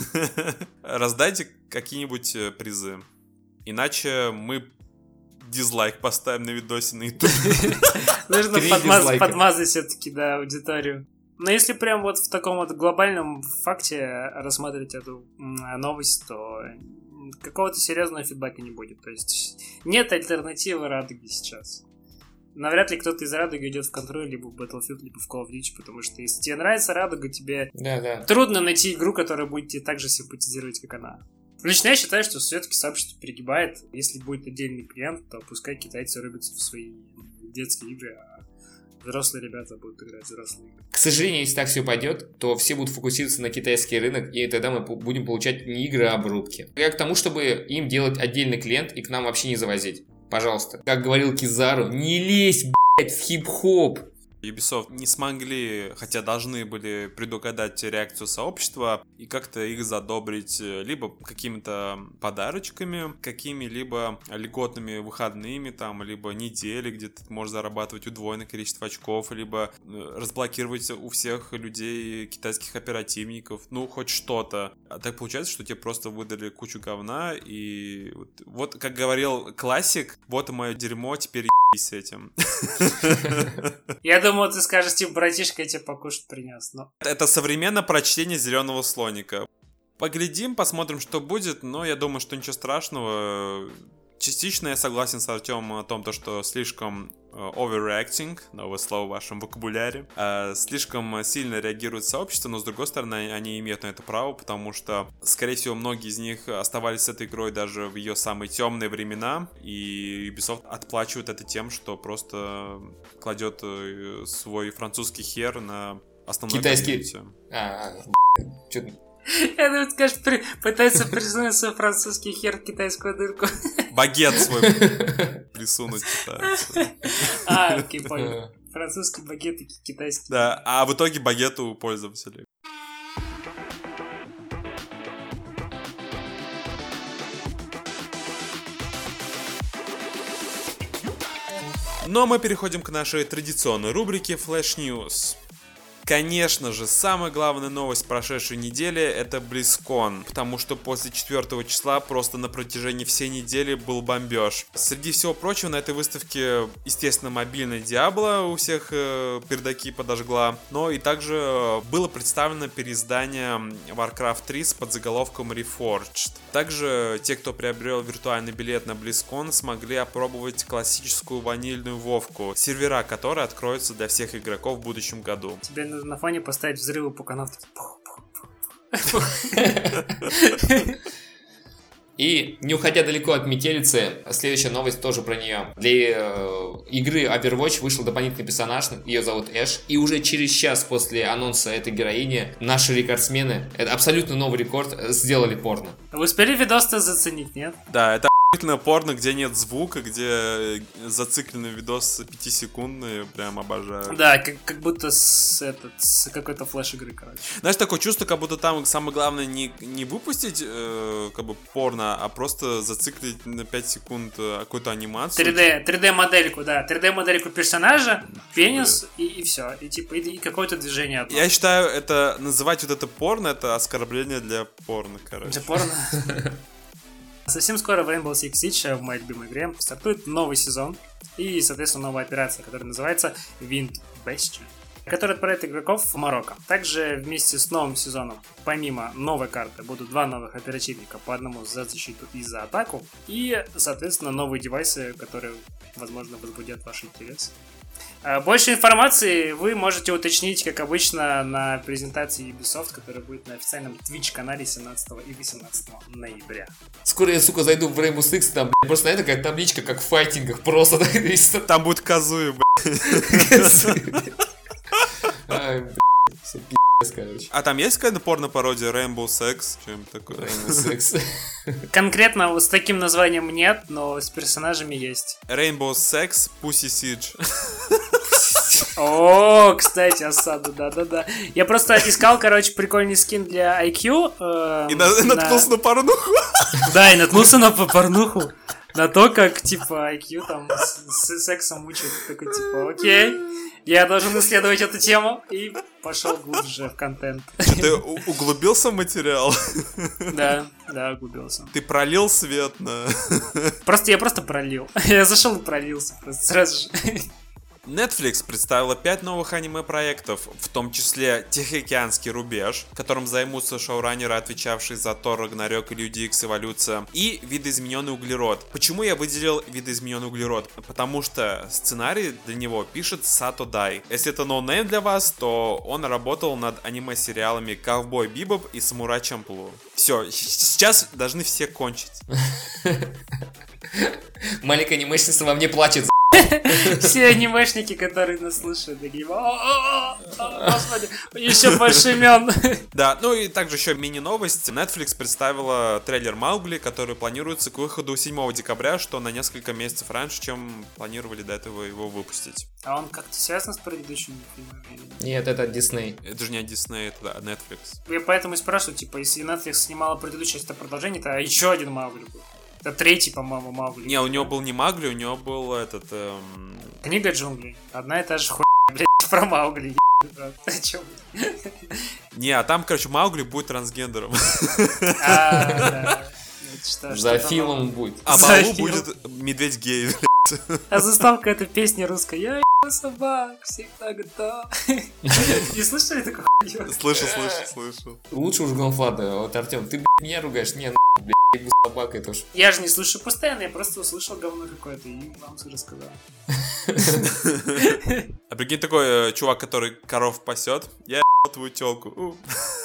Раздайте какие-нибудь призы. Иначе мы дизлайк поставим на видосе на YouTube. Нужно подмазать все-таки, да, аудиторию. Но если прям вот в таком вот глобальном факте рассматривать эту новость, то какого-то серьезного фидбэка не будет. То есть нет альтернативы Радуге сейчас. Навряд ли кто-то из Радуги идет в Control, либо в Battlefield, либо в Call of Duty, потому что если тебе нравится Радуга, тебе трудно найти игру, которая будет тебе так же симпатизировать, как она. Лично я считаю, что все-таки сообщество перегибает. Если будет отдельный клиент, то пускай китайцы рубятся в свои детские игры, а взрослые ребята будут играть в взрослые игры. К сожалению, если так все пойдет, то все будут фокусироваться на китайский рынок, и тогда мы будем получать не игры, а обрубки. Я к тому, чтобы им делать отдельный клиент и к нам вообще не завозить. Пожалуйста. Как говорил Кизару, не лезь, блядь, в хип-хоп. Ubisoft не смогли, хотя должны были предугадать реакцию сообщества и как-то их задобрить либо какими-то подарочками, какими-либо льготными выходными, там, либо недели, где ты можешь зарабатывать удвоенное количество очков, либо разблокировать у всех людей китайских оперативников, ну, хоть что-то. А так получается, что тебе просто выдали кучу говна, и вот как говорил классик, вот и мое дерьмо, теперь с этим. Я думал, ты скажешь, типа, братишка, я тебе покушать принес. Но... Это современное прочтение «Зеленого слоника». Поглядим, посмотрим, что будет, но я думаю, что ничего страшного. Частично я согласен с Артемом о том, что слишком overreacting, новое слово в вашем вокабуляре, слишком сильно реагирует сообщество, но с другой стороны они имеют на это право, потому что, скорее всего, многие из них оставались с этой игрой даже в ее самые темные времена, и Ubisoft отплачивает это тем, что просто кладет свой французский хер на основной китайский. Я думаю, ты скажешь, пытается присунуть свой французский хер в китайскую дырку. Багет свой присунуть пытается. Окей, понял. Французский багет и китайский. Да, а в итоге багет у пользователей. Но мы переходим к нашей традиционной рубрике Flash News. Конечно же, самая главная новость прошедшей недели — это BlizzCon, потому что после 4 числа просто на протяжении всей недели был бомбеж. Среди всего прочего, на этой выставке, естественно, мобильная Diablo у всех пердаки подожгла, но и также было представлено переиздание Warcraft 3 с подзаголовком Reforged. Также те, кто приобрел виртуальный билет на BlizzCon, смогли опробовать классическую ванильную Вовку, сервера которой откроются для всех игроков в будущем году. Тебе нужно на фоне поставить взрывы по каналу. И не уходя далеко от метелицы, следующая новость тоже про нее. Для игры Overwatch вышел дополнительный персонаж, ее зовут Эш. И уже через час после анонса этой героини наши рекордсмены, это абсолютно новый рекорд, сделали порно. Вы успели видос-то заценить, нет? Да, это порно, где нет звука, где зацикленный видос 5-секундный, прям обожаю. Да, как будто с какой-то флеш-игры, короче. Знаешь, такое чувство, как будто там самое главное не выпустить как бы порно, а просто зациклить на 5 секунд какую-то анимацию. 3D-модельку, да. 3D-модельку персонажа, пенис и все. И типа и какое-то движение одно. Я считаю, это называть вот это порно, это оскорбление для порно, короче. Для порно? Совсем скоро в Rainbow Six Siege, в моей любимой игре, стартует новый сезон и, соответственно, новая операция, которая называется Wind Bastion, которая отправит игроков в Марокко. Также вместе с новым сезоном, помимо новой карты, будут 2 новых оперативника, по одному за защиту и за атаку, и, соответственно, новые девайсы, которые, возможно, возбудят ваш интерес. Больше информации вы можете уточнить, как обычно, на презентации Ubisoft, которая будет на официальном Twitch-канале 17 и 18 ноября. Скоро я, сука, зайду в Rainbow Six, там, блядь, просто, знаете, такая табличка, как в файтингах, просто. Там будет Казуи, блядь. Ай, блядь, все пи***ц, короче. А там есть какая-то порно-пародия Rainbow Sex? Что-нибудь такое? Rainbow Six. Конкретно вот с таким названием нет, но с персонажами есть. Rainbow Sex Pussy Siege. О, кстати, осаду, да-да-да. Я просто искал, короче, прикольный скин для IQ. И наткнулся на порнуху. Да, и наткнулся на порнуху. На то, как, типа, IQ там с сексом учат. Такой, типа, окей, я должен исследовать эту тему. И пошел глубже в контент. Что, ты углубился в материал? Да, углубился. Ты пролил свет на... Я просто пролил. Я зашел и пролился просто сразу же. Netflix представила 5 новых аниме-проектов, в том числе «Тихоокеанский рубеж», которым займутся шоураннеры, отвечавшие за Тор, Рагнарёк и Люди Икс Эволюция, и «Видоизмененный углерод». Почему я выделил «Видоизмененный углерод»? Потому что сценарий для него пишет Сато Дай. Если это ноунейм для вас, то он работал над аниме-сериалами «Ковбой Бибоп» и «Самурай Чамплу». Все, сейчас должны все кончить. Маленькая анимешница во мне плачет. Все анимешники, которые нас слушают, такие: господи, еще больше имен. Да, ну и также еще мини-новость. Netflix представила трейлер Маугли, который планируется к выходу 7 декабря, что на несколько месяцев раньше, чем планировали до этого его выпустить. А он как-то связан с предыдущими фильмами? Нет, это Disney. Это же не от Disney, это Netflix. Я поэтому и спрашиваю, типа, если Netflix снимала предыдущее это продолжение, то еще один Маугли был. Это третий, по-моему, Маугли. Не, у него был не Маугли, у него был этот... Книга джунглей. Одна и та же хуйня, блядь, про Маугли. Не, а там, короче, Маугли будет трансгендером. За фильмом будет. А Балу будет медведь-гей, блядь. А заставка это песня русская. Я ебу собак, всегда готов. Не слышали такую хуйню? Слышал. Лучше уж Гонфлада. Вот, Артем, ты, блядь, меня ругаешь? Не, блядь, ебу собак, это уж... Я же не слышу постоянно, я просто услышал говно какое-то и вам рассказал. А прикинь, такой чувак, который коров пасет. Я ебал твою телку.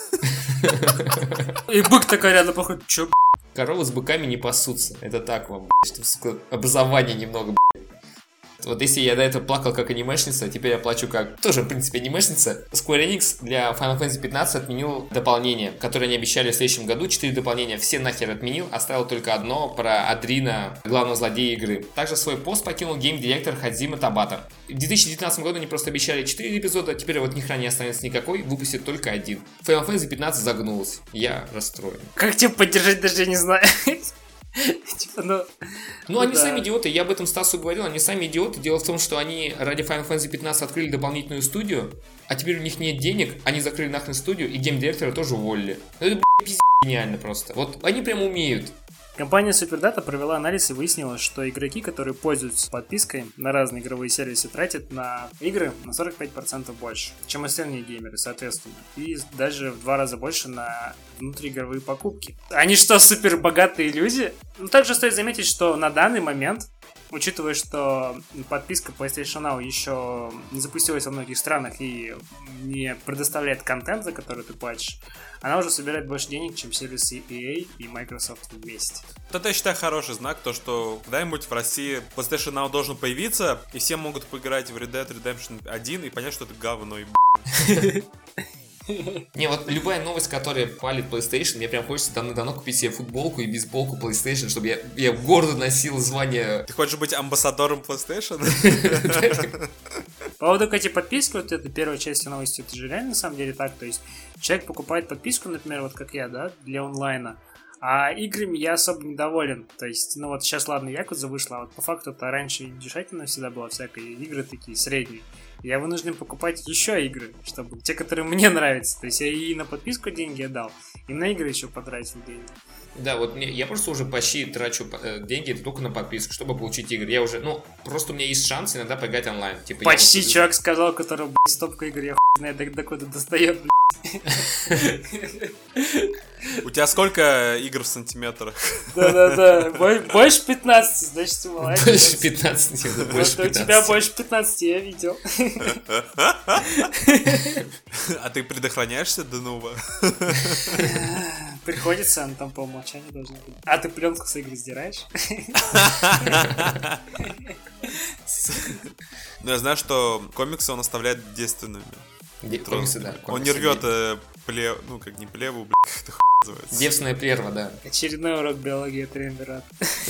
И бык такой рядом походит. Чё, блядь? Коровы с быками не пасутся. Это так вам, блядь, чтобы, сука, образование немного, блядь. Вот если я до этого плакал как анимешница, теперь я плачу как... Тоже, в принципе, анимешница. Square Enix для Final Fantasy 15 отменил дополнение, которое они обещали в следующем году. 4 дополнения все нахер отменил, оставил только одно про Адрина, главного злодея игры. Также свой пост покинул гейм-директор Хадзима Табата. В 2019 году они просто обещали 4 эпизода, теперь вот ни хрена не останется никакой, выпустят только один. Final Fantasy 15 загнулась. Я расстроен. Как тебя поддержать, даже не знаю. Типа, ну, они сами идиоты, я об этом Стасу говорил, они сами идиоты. Дело в том, что они ради Final Fantasy 15 открыли дополнительную студию, а теперь у них нет денег, они закрыли нахрен студию, и гейм-директора тоже уволили. Ну, это, пиздец, гениально просто. Вот они прям умеют. Компания SuperData провела анализ и выяснила, что игроки, которые пользуются подпиской на разные игровые сервисы, тратят на игры на 45% больше, чем остальные геймеры, соответственно. И даже в 2 раза больше на внутриигровые покупки. Они что, супер богатые люди? Ну, также стоит заметить, что на данный момент, учитывая, что подписка PlayStation Now еще не запустилась во многих странах и не предоставляет контент, за который ты платишь, она уже собирает больше денег, чем сервисы EA и Microsoft вместе. Это, я считаю, хороший знак, то, что когда-нибудь в России PlayStation Now должен появиться, и все могут поиграть в Red Dead Redemption 1 и понять, что это говно и Не, вот любая новость, которая палит PlayStation, мне прям хочется давно купить себе футболку и бейсболку PlayStation, чтобы я гордо носил звание... Ты хочешь быть амбассадором PlayStation? По поводу, кстати, подписки, вот это первая часть новости, это же реально на самом деле так, то есть человек покупает подписку, например, вот как я, да, для онлайна, а играми я особо недоволен, то есть, ну вот сейчас, ладно, Якудза вышла, а вот по факту это раньше дешевле всегда было, всякие игры такие средние, я вынужден покупать еще игры, чтобы те, которые мне нравятся, то есть я и на подписку деньги отдал, и на игры еще потратил деньги. Да, вот я просто уже почти трачу деньги только на подписку, чтобы получить игры. Я уже, ну, просто у меня есть шанс иногда поиграть онлайн. Типа, почти вот... человек сказал, который, блядь, стопка игр, я хуй знает, докуда достает, блядь. У тебя сколько игр в сантиметрах? Да-да-да, больше 15, значит, ты молодец. Больше 15, больше 15. У тебя больше 15, я видел. А ты предохраняешься до нового? Приходится, он там по умолчанию должен быть. А ты пленку с игры сдираешь? Ну, я знаю, что комиксы он оставляет действенными. Комиксы, да. Он не рвет ну, как не плеву, блядь, как это хуй называется. Девственная плерва, да. Очередной урок биологии от Ремберат.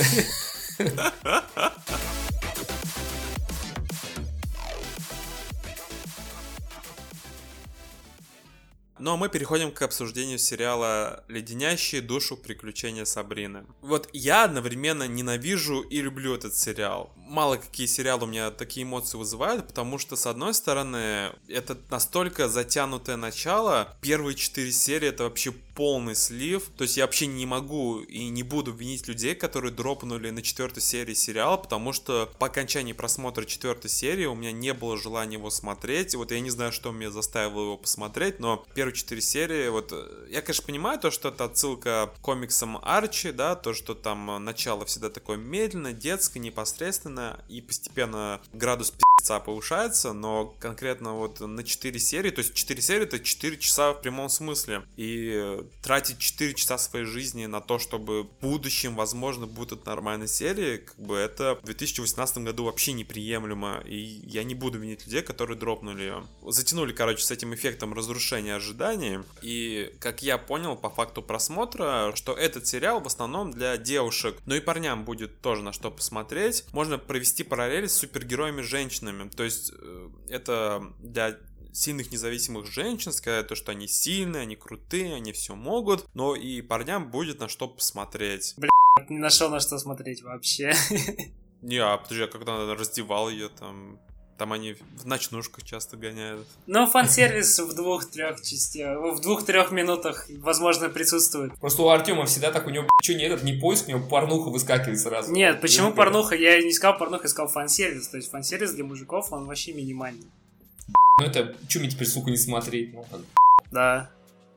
Ну а мы переходим к обсуждению сериала «Леденящие душу приключения Сабрины». Вот я одновременно ненавижу и люблю этот сериал. Мало какие сериалы у меня такие эмоции вызывают, потому что, с одной стороны, это настолько затянутое начало. Первые 4 серии — это вообще полный слив. То есть я вообще не могу и не буду винить людей, которые дропнули на 4-й серии сериал, потому что по окончании просмотра 4-й серии у меня не было желания его смотреть. И вот я не знаю, что меня заставило его посмотреть, но первые 4 серии, вот я, конечно, понимаю то, что это отсылка к комиксам Арчи, да, то, что там начало всегда такое медленное, детское, непосредственно, и постепенно градус пи***ца повышается, но конкретно вот на 4 серии, то есть 4 серии это 4 часа в прямом смысле, и тратить 4 часа своей жизни на то, чтобы в будущем, возможно, будут нормальные серии, как бы это в 2018 году вообще неприемлемо, и я не буду винить людей, которые дропнули ее. Затянули, короче, с этим эффектом разрушения ожиданий, и, как я понял по факту просмотра, что этот сериал в основном для девушек, но и парням будет тоже на что посмотреть. Можно провести параллель с супергероями-женщинами, то есть это для сильных независимых женщин, сказать то, что они сильные, они крутые, они все могут, но и парням будет на что посмотреть. Не нашел на что смотреть вообще. Подожди, когда она раздевал ее там они в ночнушках часто гоняют. Ну, фан-сервис в 2-3 частях, в 2-3 минутах, возможно, присутствует. Просто у Артема всегда так, у него, не поиск, у него порнуха выскакивает сразу. Нет, почему порнуха? Я не сказал порнуха, я сказал фан-сервис. То есть фан-сервис для мужиков, он вообще минимальный. Ну это, чё мне теперь, сука, не смотреть? Да.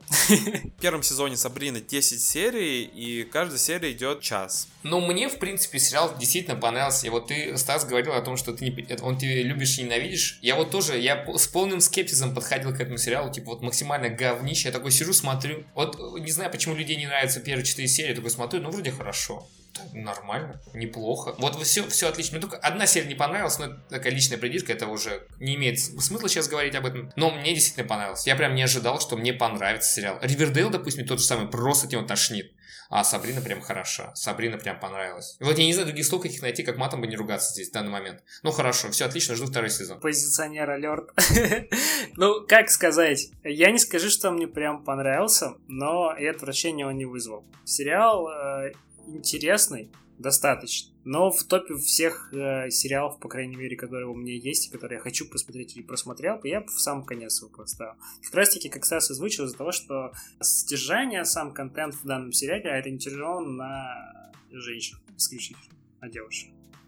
В первом сезоне Сабрины 10 серий, и каждая серия идет час. Ну, мне, в принципе, сериал действительно понравился. И вот ты, Стас, говорил о том, что он тебе любишь и ненавидишь. Я вот тоже, я с полным скепсисом подходил к этому сериалу, типа вот максимально говнище. Я такой сижу, смотрю. Вот не знаю, почему людей не нравятся первые 4 серии, я такой смотрю, ну, вроде хорошо. Нормально, неплохо. Вот все отлично. Мне только одна серия не понравилась, но это такая личная придирка, это уже не имеет смысла сейчас говорить об этом. Но мне действительно понравилось. Я прям не ожидал, что мне понравится сериал. Ривердейл, допустим, тот же самый, просто от него тошнит. А Сабрина прям хороша. Сабрина прям понравилась. И вот я не знаю других слов, каких найти, как матом бы не ругаться здесь в данный момент. Ну хорошо, все отлично, жду 2-й сезон. Позиционер алерт. Ну, как сказать, я не скажу, что мне прям понравился, но и отвращения он не вызвал. Сериал интересный, достаточно, но в топе всех сериалов, по крайней мере, которые у меня есть, и которые я хочу посмотреть или просмотрел, я в самый конец его поставил. Как раз таки, как Стас озвучил, из-за того, что содержание, сам контент в данном сериале ориентирован на женщин исключительно, на девушек.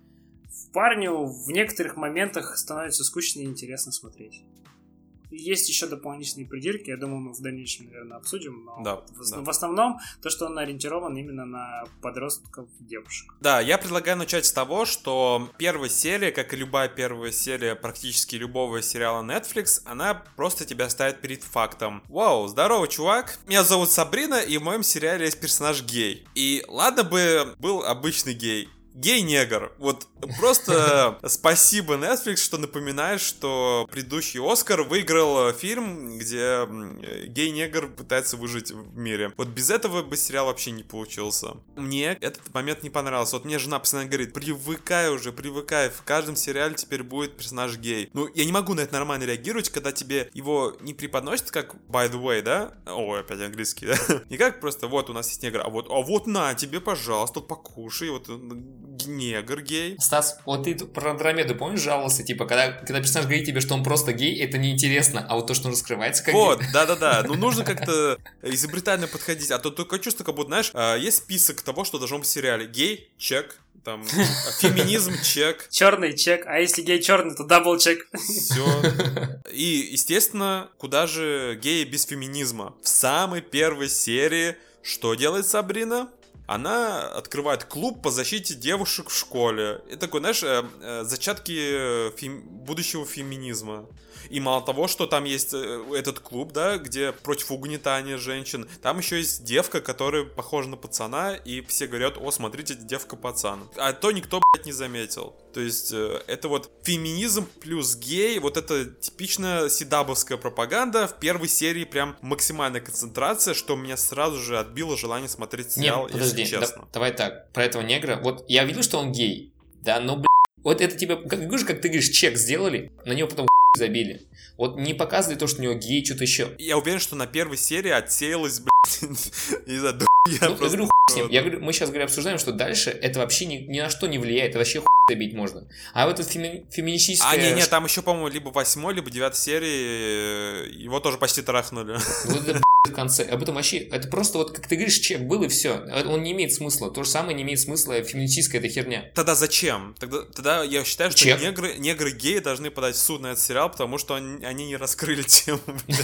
В парню в некоторых моментах становится скучно и интересно смотреть. Есть еще дополнительные придирки, я думаю, мы в дальнейшем, наверное, обсудим, но да. В основном то, что он ориентирован именно на подростков, девушек. Да, я предлагаю начать с того, что первая серия, как и любая первая серия практически любого сериала Netflix, она просто тебя ставит перед фактом. Вау, здорово, чувак, меня зовут Сабрина, и в моем сериале есть персонаж гей. И ладно бы был обычный гей. Гей-негр. Вот просто спасибо Netflix, что напоминаешь, что предыдущий Оскар выиграл фильм, где гей-негр пытается выжить в мире. Вот без этого бы сериал вообще не получился. Мне этот момент не понравился. Вот мне жена постоянно говорит, привыкай уже, привыкай, в каждом сериале теперь будет персонаж гей. Ну, я не могу на это нормально реагировать, когда тебе его не преподносят как by the way, да? Ой, опять английский, да? Не как просто вот у нас есть негр, а вот на тебе, пожалуйста, покушай, вот негр гей. Стас, вот ты про Андромеду, помнишь, жаловался, типа, когда персонаж говорит тебе, что он просто гей, это неинтересно, а вот то, что он раскрывается как вот, гей... да-да-да, ну нужно как-то изобретательно подходить, а то только чувство, как будто, знаешь, есть список того, что должно быть в сериале. Гей, чек, там, феминизм, чек. Черный чек, а если гей черный, то дабл чек. Все. И, естественно, куда же геи без феминизма? В самой первой серии что делает Сабрина? Она открывает клуб по защите девушек в школе. И такой, знаешь, зачатки будущего феминизма. И мало того, что там есть этот клуб, да, где против угнетания женщин, там еще есть девка, которая похожа на пацана, и все говорят, о, смотрите, девка-пацан. А то никто, блядь, не заметил. То есть, это вот феминизм плюс гей, вот это типичная сидабовская пропаганда. В первой серии прям максимальная концентрация, что меня сразу же отбило желание смотреть сериал, если честно. Давай так, про этого негра. Вот я видел, что он гей, да, но, блядь, вот это тебе, как ты говоришь, чек сделали, на него потом забили. Вот не показывали то, что у него гей, что-то еще. Я уверен, что на первой серии отсеялось, блядь, не знаю, я говорю, с ним. Мы сейчас, обсуждаем, что дальше это вообще ни на что не влияет, это вообще забить можно. А вот это феминистическое... не, там еще, по-моему, либо 8-й, либо 9-й серии его тоже почти трахнули. Вот это, в конце. Об этом вообще... Это просто вот, как ты говоришь, чек был и все. Он не имеет смысла. То же самое не имеет смысла феминистическая эта херня. Тогда зачем? Тогда я считаю, что негры-геи должны подать в суд на этот сериал, потому что они не раскрыли тему.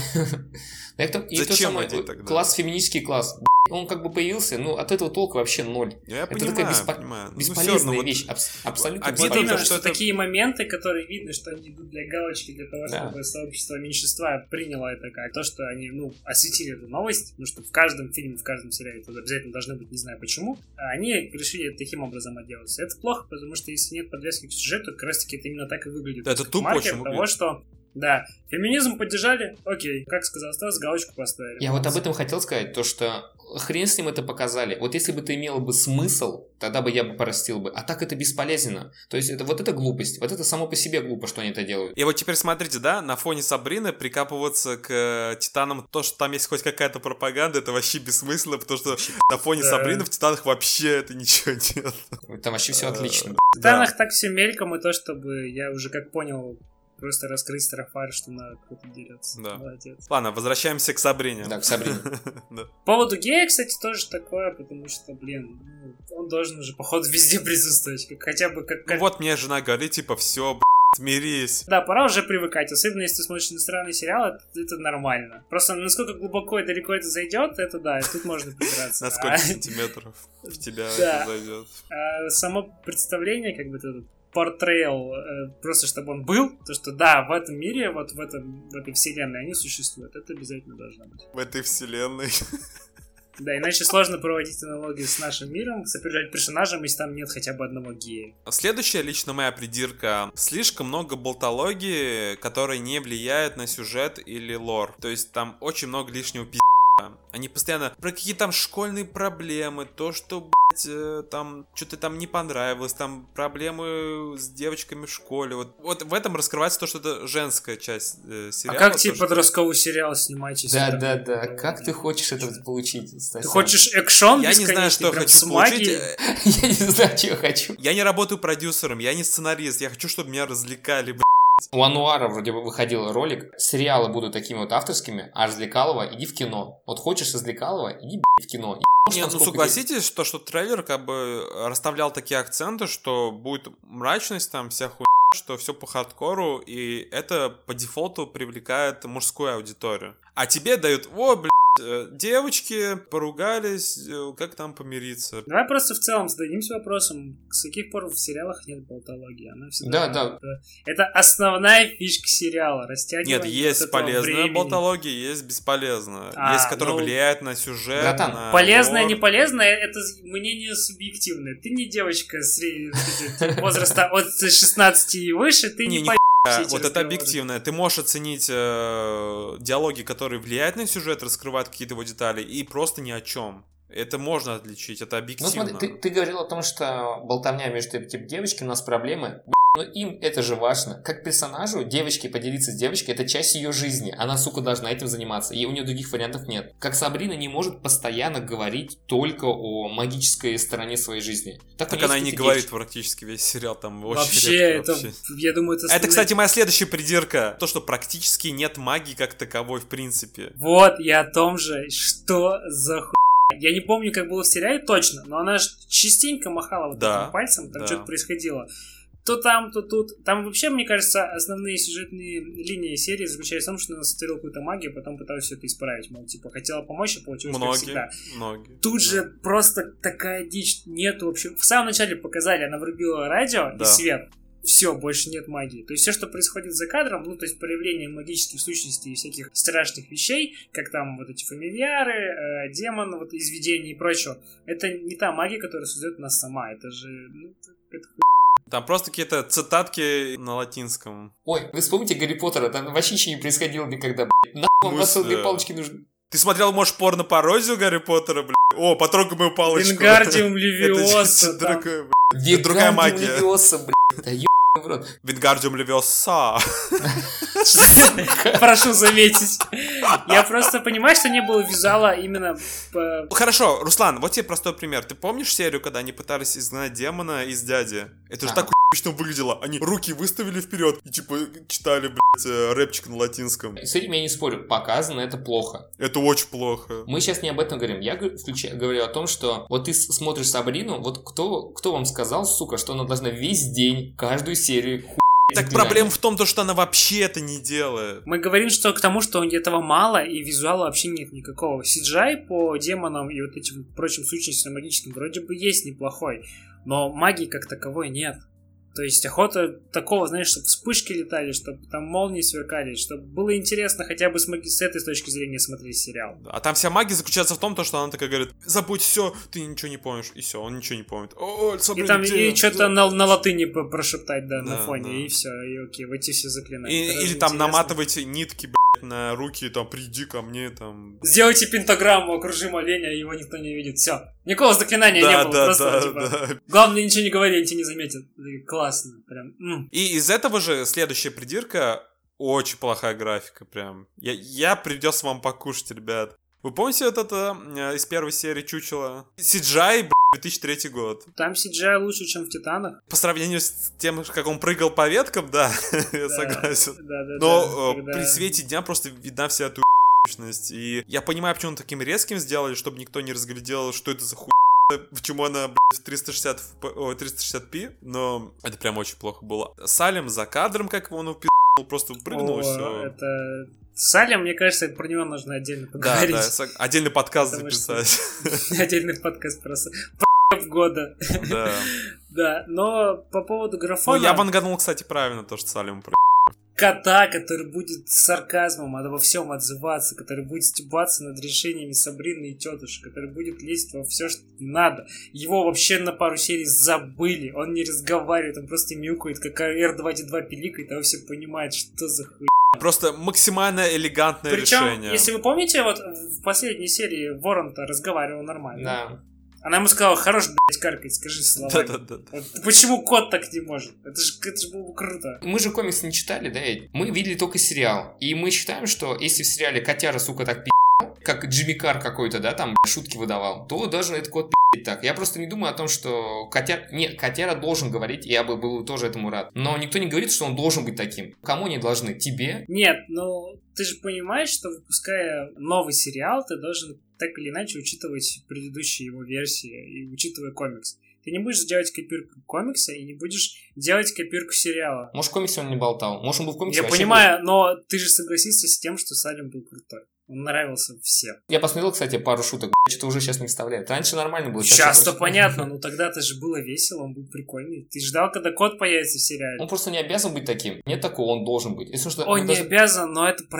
Зачем один тогда? Класс, феминистский класс. Он как бы появился, ну, от этого толка вообще ноль. Я это понимаю, такая бесполезная вещь, абсолютно бесполезная. Именно, что такие моменты, которые видно, что они идут для галочки, для того, чтобы сообщество меньшинства приняло это как то, что они, осветили эту новость, потому что в каждом фильме, в каждом сериале это обязательно должно быть, не знаю почему, они решили это таким образом отделаться. Это плохо, потому что если нет подвески к сюжету, как раз таки это именно так и выглядит. Это тупо очень выглядит. Того, что да, феминизм поддержали, окей, как сказал Стас, галочку поставили. Я вот об этом хотел сказать, то что хрен с ним это показали. Вот если бы это имело бы смысл, тогда бы я бы простил бы. А так это бесполезно. То есть это вот это глупость. Вот это само по себе глупо, что они это делают. И вот теперь смотрите, да, на фоне Сабрины прикапываться к Титанам, то, что там есть хоть какая-то пропаганда, это вообще бессмысленно, потому что на фоне Сабрины в Титанах вообще это ничего нет. Там вообще все отлично. В Титанах так все мельком, и то, чтобы я уже как понял, просто раскрыть Старофар, что на кто-то дерется. Да. Молодец. Ладно, возвращаемся к Сабрине. Да, к Сабрине. Да. По поводу гея, кстати, тоже такое, потому что, он должен уже, походу, везде присутствовать. Хотя бы как... Вот мне жена говорит, типа, все, смирись. Да, пора уже привыкать. Особенно, если ты смотришь иностранный сериал, это нормально. Просто насколько глубоко и далеко это зайдет, это да, тут можно придираться. На сколько сантиметров в тебя это зайдет. Само представление, как бы, это портрейл, просто чтобы он был, то что да, в этом мире, вот в этой вселенной они существуют, это обязательно должно быть. В этой вселенной. Да, иначе сложно проводить аналогии с нашим миром, сопереживать персонажам, если там нет хотя бы одного гея. Следующая лично моя придирка. Слишком много болтологии, которая не влияет на сюжет или лор. То есть там очень много лишнего Они постоянно про какие там школьные проблемы, то, что, там что-то там не понравилось, там проблемы с девочками в школе. Вот в этом раскрывается то, что это женская часть сериала. А как тебе подростковый сериал снимать? Да. Как ты хочешь это получить? Ты хочешь экшон? Я не знаю, что я хочу получить. Я не знаю, что я хочу. Я не работаю продюсером, я не сценарист. Я хочу, чтобы меня развлекали, У Ануара вроде бы выходил ролик, сериалы будут такими вот авторскими, а Развлекалова иди в кино. Вот хочешь Развлекалова, иди в кино. Согласитесь, что трейлер как бы расставлял такие акценты, что будет мрачность, там вся хуйня, что все по хардкору, и это по дефолту привлекает мужскую аудиторию. А тебе дают, девочки поругались, как там помириться? Давай просто в целом зададимся вопросом, с каких пор в сериалах нет болтологии? Она всегда да. Это основная фишка сериала, растягивание. Нет, есть полезная болтология, есть бесполезная. Есть, которая влияет на сюжет. Братан, на полезная, не полезная, это мнение субъективное. Ты не девочка возраста от 16 и выше, ты не вот это объективно. Ты можешь оценить диалоги, которые влияют на сюжет, раскрывают какие-то его детали, и просто ни о чем. Это можно отличить, это объективно. Ну смотри, ты говорил о том, что болтовня между девочками, у нас проблемы. Но им это же важно. Как персонажу девочке поделиться с девочкой, это часть ее жизни. Она, должна этим заниматься. И у нее других вариантов нет. Как Сабрина не может постоянно говорить только о магической стороне своей жизни. Так она и не говорит практически весь сериал. Там вообще, я думаю, это, кстати, моя следующая придирка. То, что практически нет магии как таковой в принципе. Вот, я о том же. Что за хуйня? Я не помню, как было в сериале точно, но она же частенько махала этим пальцем, там что-то происходило. То там, то тут. Там вообще, мне кажется, основные сюжетные линии серии заключаются в том, что она сотворила какую-то магию, потом пыталась все это исправить. Мол, хотела помочь, а получилось как всегда. Многие. Тут же просто такая дичь. Нету вообще. В самом начале показали, она врубила радио и свет. Все, больше нет магии. То есть все, что происходит за кадром, то есть проявление магических сущностей и всяких страшных вещей, как там вот эти фамильяры, демон, вот из видений и прочего, это не та магия, которая создает нас сама. Это же... это там просто какие-то цитатки на латинском. Ой, вы вспомните Гарри Поттера, там вообще ничего не происходило никогда, Нахуй вам волшебные палочки нужны. Ты смотрел, может, порно-пародию Гарри Поттера, О, потрогай мою палочку. Вингардиум Левиоса. Другая магия. Левиоса, Да Вингардиум Левиоса. Прошу заметить. Я просто понимаю, что не было визуала именно... Хорошо, Руслан, вот тебе простой пример. Ты помнишь серию, когда они пытались изгнать демона из дяди? Это же так упично выглядело. Они руки выставили вперед и типа читали, блядь, рэпчик на латинском. С этим я не спорю. Показано это плохо. Это очень плохо. Мы сейчас не об этом говорим. Я говорю о том, что вот ты смотришь Сабрину, вот кто вам сказал, сука, что она должна весь день, каждую серию Так проблема в том, что она вообще это не делает. Мы говорим, что к тому, что этого мало, и визуала вообще нет никакого. CGI по демонам и вот этим прочим сущностям магическим вроде бы есть неплохой, но магии как таковой нет. То есть охота такого, знаешь, чтобы вспышки летали, чтобы там молнии сверкали, чтобы было интересно хотя бы с этой точки зрения смотреть сериал. А там вся магия заключается в том, что она такая говорит: забудь все, ты ничего не помнишь. И все, он ничего не помнит. О, и там и что-то на латыни прошептать, да, на фоне, и все, и окей, вот эти все заклинания. Или там наматывайте нитки, на руки, там, приди ко мне, там... Сделайте пентаграмму, окружим оленя, его никто не видит, все. Никакого заклинания не было, просто, главное, ничего не говори, они тебя не заметят. Классно, прям. И из этого же следующая придирка, очень плохая графика, прям. Я придется вам покушать, ребят. Вы помните вот это из первой серии Чучело? CGI, 2003 год. Там CGI лучше, чем в Титанах. По сравнению с тем, как он прыгал по веткам, да, я согласен. Но при свете дня просто видна вся эта ***чность. И я понимаю, почему он таким резким сделали, чтобы никто не разглядел, что это за почему она, в 360p, но это прям очень плохо было. Салем за кадром, как он упи***нул, просто прыгнул и все. Это... Салем, мне кажется, про него нужно отдельно поговорить. Да, отдельный подкаст записать. Отдельный подкаст просто года. Да. Да, но по поводу графона... Ну, я банганул, кстати, правильно, то, что Салем кота, который будет с сарказмом обо всем отзываться, который будет стебаться над решениями Сабрины и тетушки, который будет лезть во все, что надо. Его вообще на пару серий забыли, он не разговаривает, он просто мяукает, как R2-D2 пиликает, а все понимают, что за хуй. Просто максимально элегантное решение. Причем, если вы помните, вот в последней серии Ворон-то разговаривал нормально. Да. Она ему сказала: хорош, блядь, каркать, скажи слова. Да. Вот почему кот так не может? Это же было бы круто. Мы же комикс не читали, да? Мы видели только сериал. И мы считаем, что если в сериале котяра, сука, так пи***л, как Джимми Карр какой-то, да, там шутки выдавал, то должен этот кот пи***ть так. Я просто не думаю о том, что котяра... Нет, котяра должен говорить, я бы был тоже этому рад. Но никто не говорит, что он должен быть таким. Кому они должны? Тебе? Нет, ну ты же понимаешь, что выпуская новый сериал, ты должен так или иначе учитывать предыдущие его версии и учитывая комикс. Ты не будешь делать копирку комикса и не будешь делать копирку сериала. Может, в комиксе он не болтал. Может, он был в комиксе. Я понимаю, но ты же согласился с тем, что Салем был крутой. Он нравился всем. Я посмотрел, кстати, пару шуток. Что-то уже сейчас не вставляет. Раньше нормально было. Сейчас-то понятно, но тогда-то же было весело, он был прикольный. Ты ждал, когда кот появится в сериале. Он просто не обязан быть таким. Нет такого, он должен быть. Если что, он не обязан, но это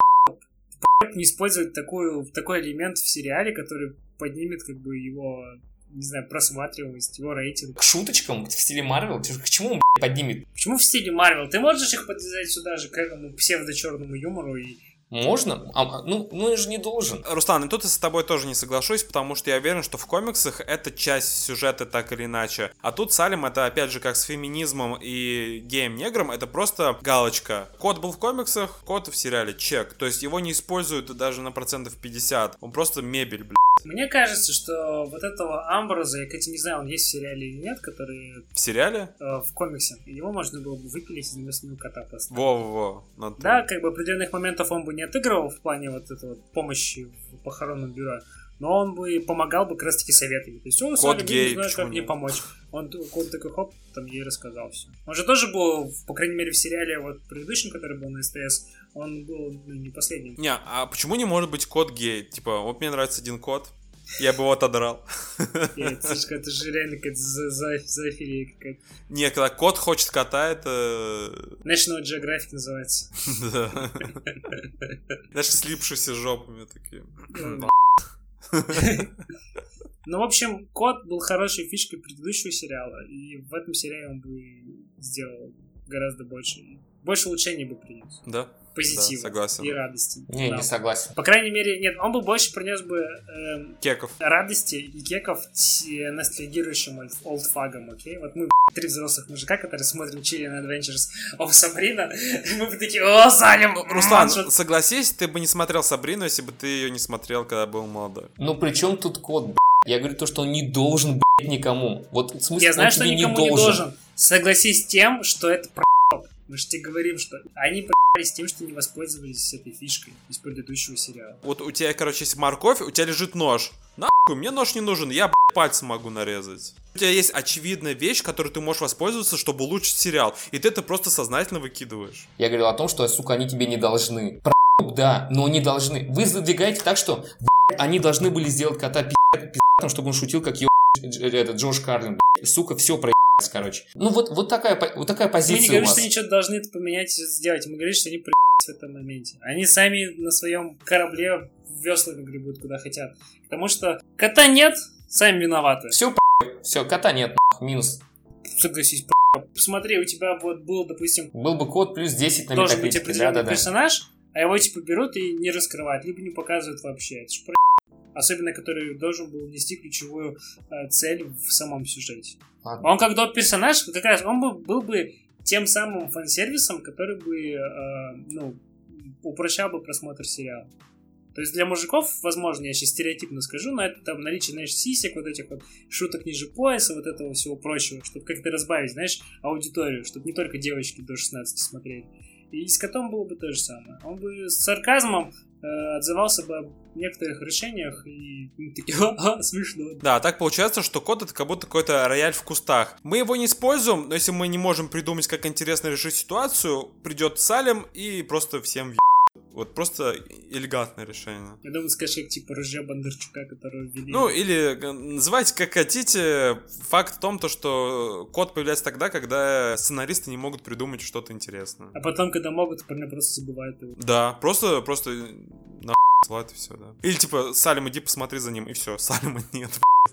не использовать такой элемент в сериале, который поднимет как бы его, не знаю, просматриваемость, его рейтинг. К шуточкам в стиле Марвел? К чему он, поднимет? Почему в стиле Марвел? Ты можешь их подвязать сюда же к этому псевдо-черному юмору и... Можно? Ну, я же не должен. Руслан, и тут я с тобой тоже не соглашусь, потому что я уверен, что в комиксах это часть сюжета так или иначе. А тут Салем, это опять же как с феминизмом и геем-негром, это просто галочка. Кот был в комиксах, кот в сериале, чек. То есть его не используют даже на процентов 50. Он просто мебель, блядь. Мне кажется, что вот этого Амброза, я, кстати, не знаю, он есть в сериале или нет, который... В сериале? В комиксе. Его можно было бы выпилить и вместо него кота поставить. Во-во-во. Да, как бы определенных моментов он бы не отыгрывал в плане вот этой вот помощи в похоронном бюро, но он бы помогал бы как раз таки советами. То есть, кот гей, не знаю, как мне помочь. Он такой, хоп, там ей рассказал все. Он же тоже был, по крайней мере, в сериале вот предыдущем, который был на СТС, он был не последним. Не, а почему не может быть кот гей? Типа, вот мне нравится один кот, я бы его отодрал. Это же реально какая-то зоофилия какая-то. Не, когда кот хочет кота, это... National Geographic называется. Да. Знаешь, слипшиеся жопами такие. Ну, в общем, кот был хорошей фишкой предыдущего сериала, и в этом сериале он бы сделал гораздо больше. больше улучшений бы принес. Да. Позитива, да, согласен. И радости. Не согласен. По крайней мере, нет, он бы больше принес бы кеков. Радости и кеков ностальгирующим олдфагом, окей? Вот мы, 3 взрослых мужика, которые смотрим Chilling Adventures of Sabrina, мы бы такие, о, Салим! Руслан, согласись, ты бы не смотрел Сабрину, если бы ты ее не смотрел, когда был молодой. Ну, при чем тут кот, блядь? Я говорю то, что он не должен, блядь, никому. Вот, в смысле, я знаю, что никому не должен. Согласись с тем, что это мы же тебе говорим, что они с тем, что не воспользовались этой фишкой из предыдущего сериала. Вот у тебя, короче, есть морковь, у тебя лежит нож. Нахуй, мне нож не нужен, я, блядь, пальцем могу нарезать. У тебя есть очевидная вещь, которой ты можешь воспользоваться, чтобы улучшить сериал. И ты это просто сознательно выкидываешь. Я говорил о том, что, сука, они тебе не должны. Да, но не должны. Вы задвигаете так, что, блядь, они должны были сделать кота пиздатым, чтобы он шутил, как этот Джош Карлин, блядь. Сука, все проебалось, короче. Ну вот такая позиция. Мы не говорим, что они что-то должны это поменять, сделать. Мы говорим, что они проебались в этом моменте. Они сами на своем корабле весла гребут куда хотят. Потому что кота нет, сами виноваты. Все, кота нет, минус. Согласись, посмотри, у тебя вот был, допустим... Был бы код плюс 10 на должен быть определенный персонаж, а его типа берут и не раскрывают, либо не показывают вообще. Это ж особенно, который должен был нести ключевую цель в самом сюжете. Ладно. Он как доп-персонаж, как раз он был бы тем самым фан-сервисом, который бы упрощал бы просмотр сериала. То есть для мужиков, возможно, я сейчас стереотипно скажу, но это там наличие, знаешь, сисек, вот этих вот шуток ниже пояса, вот этого всего прочего, чтобы как-то разбавить, знаешь, аудиторию, чтобы не только девочки до 16 смотрели. И с котом было бы то же самое. Он бы с сарказмом отзывался бы об некоторых решениях и такие, смешно. Да, так получается, что кот это как будто какой-то рояль в кустах. Мы его не используем, но если мы не можем придумать, как интересно решить ситуацию, придет Салим и просто всем въебет. Вот просто элегантное решение. Я думаю, скажешь, как типа ружье Бондарчука, которого ввели. Ну, или называйте как хотите. Факт в том, то, что код появляется тогда, когда сценаристы не могут придумать что-то интересное. А потом, когда могут, просто забывают его. Да, просто на слайд и все, да. Или типа, Салим, иди посмотри за ним, и все, Салима нет.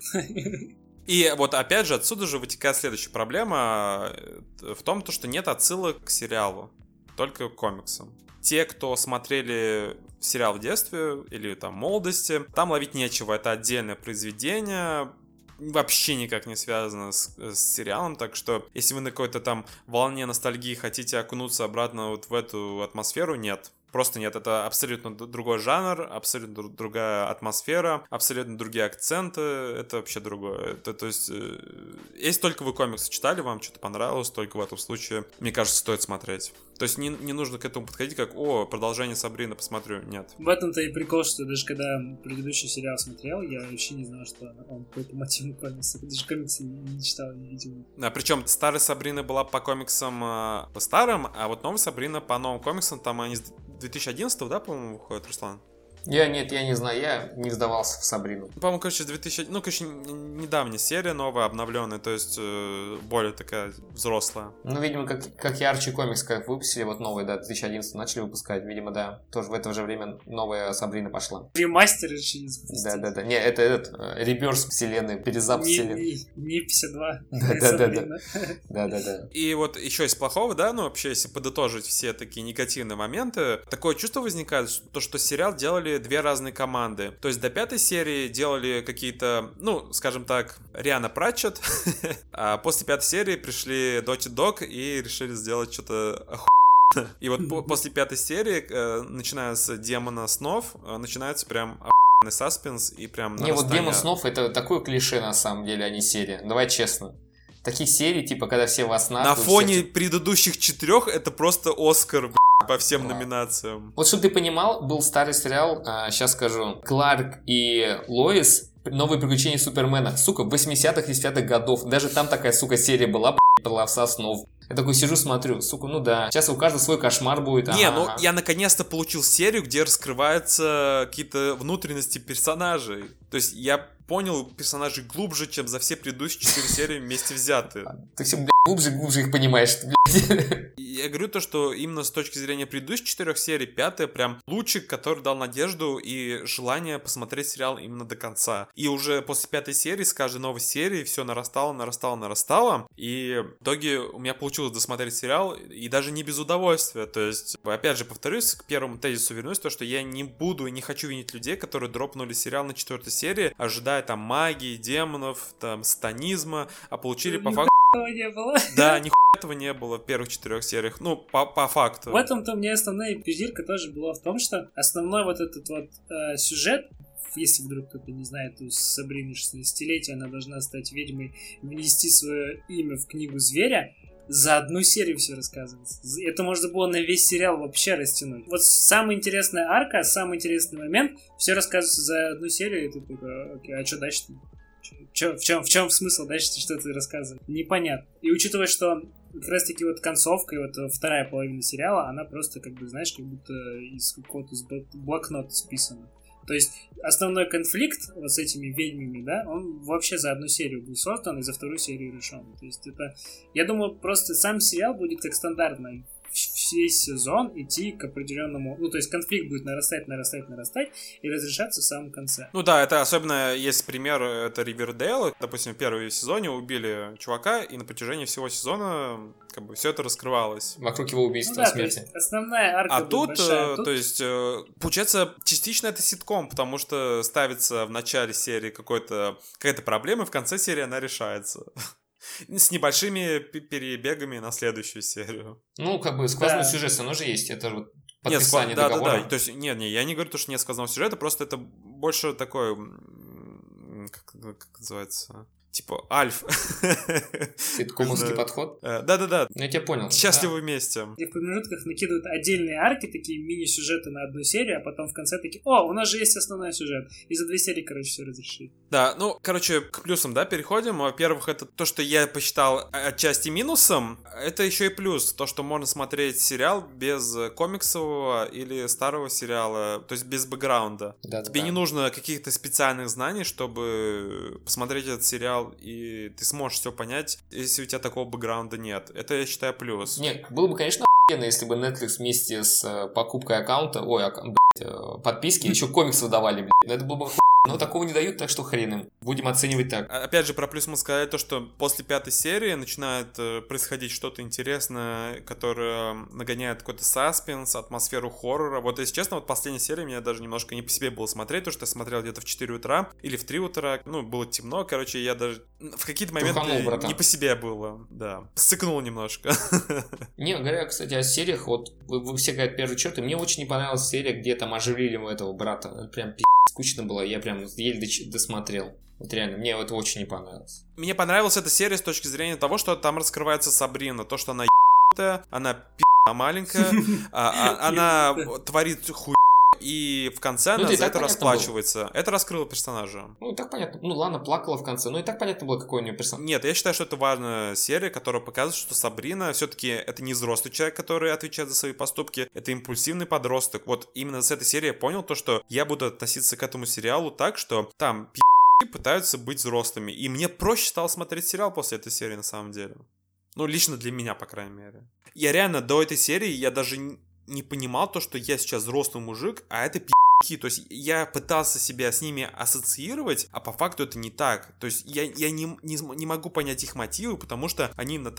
И вот опять же отсюда же вытекает следующая проблема в том, что нет отсылок к сериалу, только к комиксам. Те, кто смотрели сериал в детстве или там молодости, там ловить нечего, это отдельное произведение, вообще никак не связано с сериалом, так что если вы на какой-то там волне ностальгии хотите окунуться обратно вот в эту атмосферу, нет. Просто нет, это абсолютно другой жанр, абсолютно другая атмосфера, абсолютно другие акценты, это вообще другое. То есть, если только вы комиксы читали, вам что-то понравилось, только в этом случае, мне кажется, стоит смотреть. То есть не нужно к этому подходить как, продолжение Сабрины, посмотрю, нет. В этом-то и прикол, что даже когда предыдущий сериал смотрел, я вообще не знал, что он по мотиву комикса, даже комиксы не читал, не видел. Причем старая Сабрина была по комиксам по старым, а вот новая Сабрина по новым комиксам, там они 2011, да, по-моему, выходит, Руслан? Я не знаю, я не вдавался в Сабрину. По-моему, короче, недавняя серия новая, обновленная, то есть более такая взрослая. Ну, видимо, как и Арчи комикс, как выпустили, вот новый, да, 2011 начали выпускать, видимо, да, тоже в это же время новая Сабрина пошла. Ремастер еще не запустили. Да. Не, это этот, реберс вселенной, перезапуск вселенной. Не 52. Да. И вот еще из плохого, да, вообще, если подытожить все такие негативные моменты, такое чувство возникает, что сериал делали 2 разные команды. То есть до 5 серии делали какие-то, скажем так, Риана Пратчетт, а после 5 серии пришли Naughty Dog и решили сделать что-то охуенное. И вот после 5 серии, начиная с Демона снов, начинается прям охуенный саспенс и прям нарастание. Не, вот Демон снов это такое клише на самом деле, а не серия. Давай честно. Таких серий, типа, когда все во снах... На фоне предыдущих 4 это просто Оскар, по всем номинациям. Вот чтобы ты понимал, был старый сериал, сейчас скажу, Кларк и Лоис, новые приключения Супермена. Сука, в 80-х и 70-х годов. Даже там такая, сука, серия была, про ловца снов. Я такой сижу, смотрю, сука, ну да. Сейчас у каждого свой кошмар будет. Я наконец-то получил серию, где раскрываются какие-то внутренности персонажей. То есть я понял персонажей глубже, чем за все предыдущие 4 серии вместе взятые. Ты все, глубже их понимаешь, блядь. Я говорю то, что именно с точки зрения предыдущих 4 серий, 5-я прям лучик, который дал надежду и желание посмотреть сериал именно до конца. И уже после 5-й серии, с каждой новой серии все нарастало. И в итоге у меня получился получилось досмотреть сериал, и даже не без удовольствия. То есть, опять же, повторюсь, к первому тезису вернусь, то, что я не буду и не хочу винить людей, которые дропнули сериал на 4-й серии, ожидая там магии, демонов, там, сатанизма, а получили по факту... не было. Да, нихуя этого не было в первых 4 сериях, ну, по факту. В этом-то у меня основная пиздирка тоже была в том, что основной вот этот вот сюжет, если вдруг кто-то не знает, то Сабрина 16-летия, она должна стать ведьмой, внести свое имя в книгу зверя, за одну серию все рассказывается. Это можно было на весь сериал вообще растянуть. Вот самая интересная арка, самый интересный момент, все рассказывается за одну серию, и ты такой, окей, а что дальше-то? В чем смысл дальше что-то рассказывать? Непонятно. И учитывая, что как раз таки вот концовка и вот вторая половина сериала, она просто, как бы, знаешь, как будто из какого-то блокнота списана. То есть основной конфликт вот с этими ведьмами, да, он вообще за одну серию был создан и за вторую серию решен. То есть это, я думаю, просто сам сериал будет как стандартно весь сезон идти к определенному... Ну, то есть конфликт будет нарастать и разрешаться в самом конце. Ну да, это особенно есть пример, это Ривердейл. Допустим, в первом сезоне убили чувака, и на протяжении всего сезона как бы все это раскрывалось. Вокруг его убийства, смерти. То есть основная арка а тут, большая. То есть, получается, частично это ситком, потому что ставится в начале серии какая-то проблема, и в конце серии она решается. С небольшими перебегами на следующую серию. Ну, как бы сквозной сюжет, оно же есть. Это вот подписание договора. Да. То есть, я не говорю, что нет сквозного сюжета, просто это больше такой, как называется... Типа Альф. Ситкомовский подход? Да. Ну, я тебя понял. Счастливы вместе. И в промежутках накидывают отдельные арки, такие мини-сюжеты на одну серию, а потом в конце такие, у нас же есть основной сюжет. И за 2 серии, все разрешили. Да, ну, к плюсам, да, переходим. Во-первых, это то, что я посчитал отчасти минусом. Это еще и плюс. То, что можно смотреть сериал без комиксового или старого сериала, то есть без бэкграунда. Тебе не нужно каких-то специальных знаний, чтобы посмотреть этот сериал, и ты сможешь все понять, если у тебя такого бэкграунда нет. Это, я считаю, плюс. Нет, было бы, конечно, охуенно, если бы Netflix вместе с покупкой аккаунта, подписки, еще комиксы выдавали, блядь. Но это было бы охуенно. Но такого не дают, так что хрен им. Будем оценивать так. Опять же, про плюс мы сказали то, что после 5-й серии начинает происходить что-то интересное, которое нагоняет какой-то саспенс, атмосферу хоррора. Вот, если честно, вот последняя серия меня даже немножко не по себе было смотреть, потому что я смотрел где-то в 4 утра или в 3 утра. Ну, было темно, короче, я даже в какие-то моменты не по себе было. Да, сцикнул немножко. Не, говоря, кстати, о сериях, вот вы все говорят первый черт, и мне очень не понравилась серия, где там оживили этого брата. Это прям скучно было, я прям еле досмотрел. Вот реально, мне это очень не понравилось. Мне понравилась эта серия с точки зрения того, что там раскрывается Сабрина. То, что она ебанутая, она пи***а маленькая, она творит хуй, и в конце она за это расплачивается. Было. Это раскрыло персонажа. Ну, и так понятно. Ну, ладно, плакала в конце. Ну, и так понятно было, какой у нее персонаж. Нет, я считаю, что это важная серия, которая показывает, что Сабрина все-таки это не взрослый человек, который отвечает за свои поступки, это импульсивный подросток. Вот именно с этой серии я понял то, что я буду относиться к этому сериалу так, что там пытаются быть взрослыми. И мне проще стало смотреть сериал после этой серии, на самом деле. Ну, лично для меня, по крайней мере. Я реально до этой серии, я даже не понимал то, что я сейчас взрослый мужик, а это пи***ки. То есть я пытался себя с ними ассоциировать, а по факту это не так. То есть я не могу понять их мотивы, потому что они на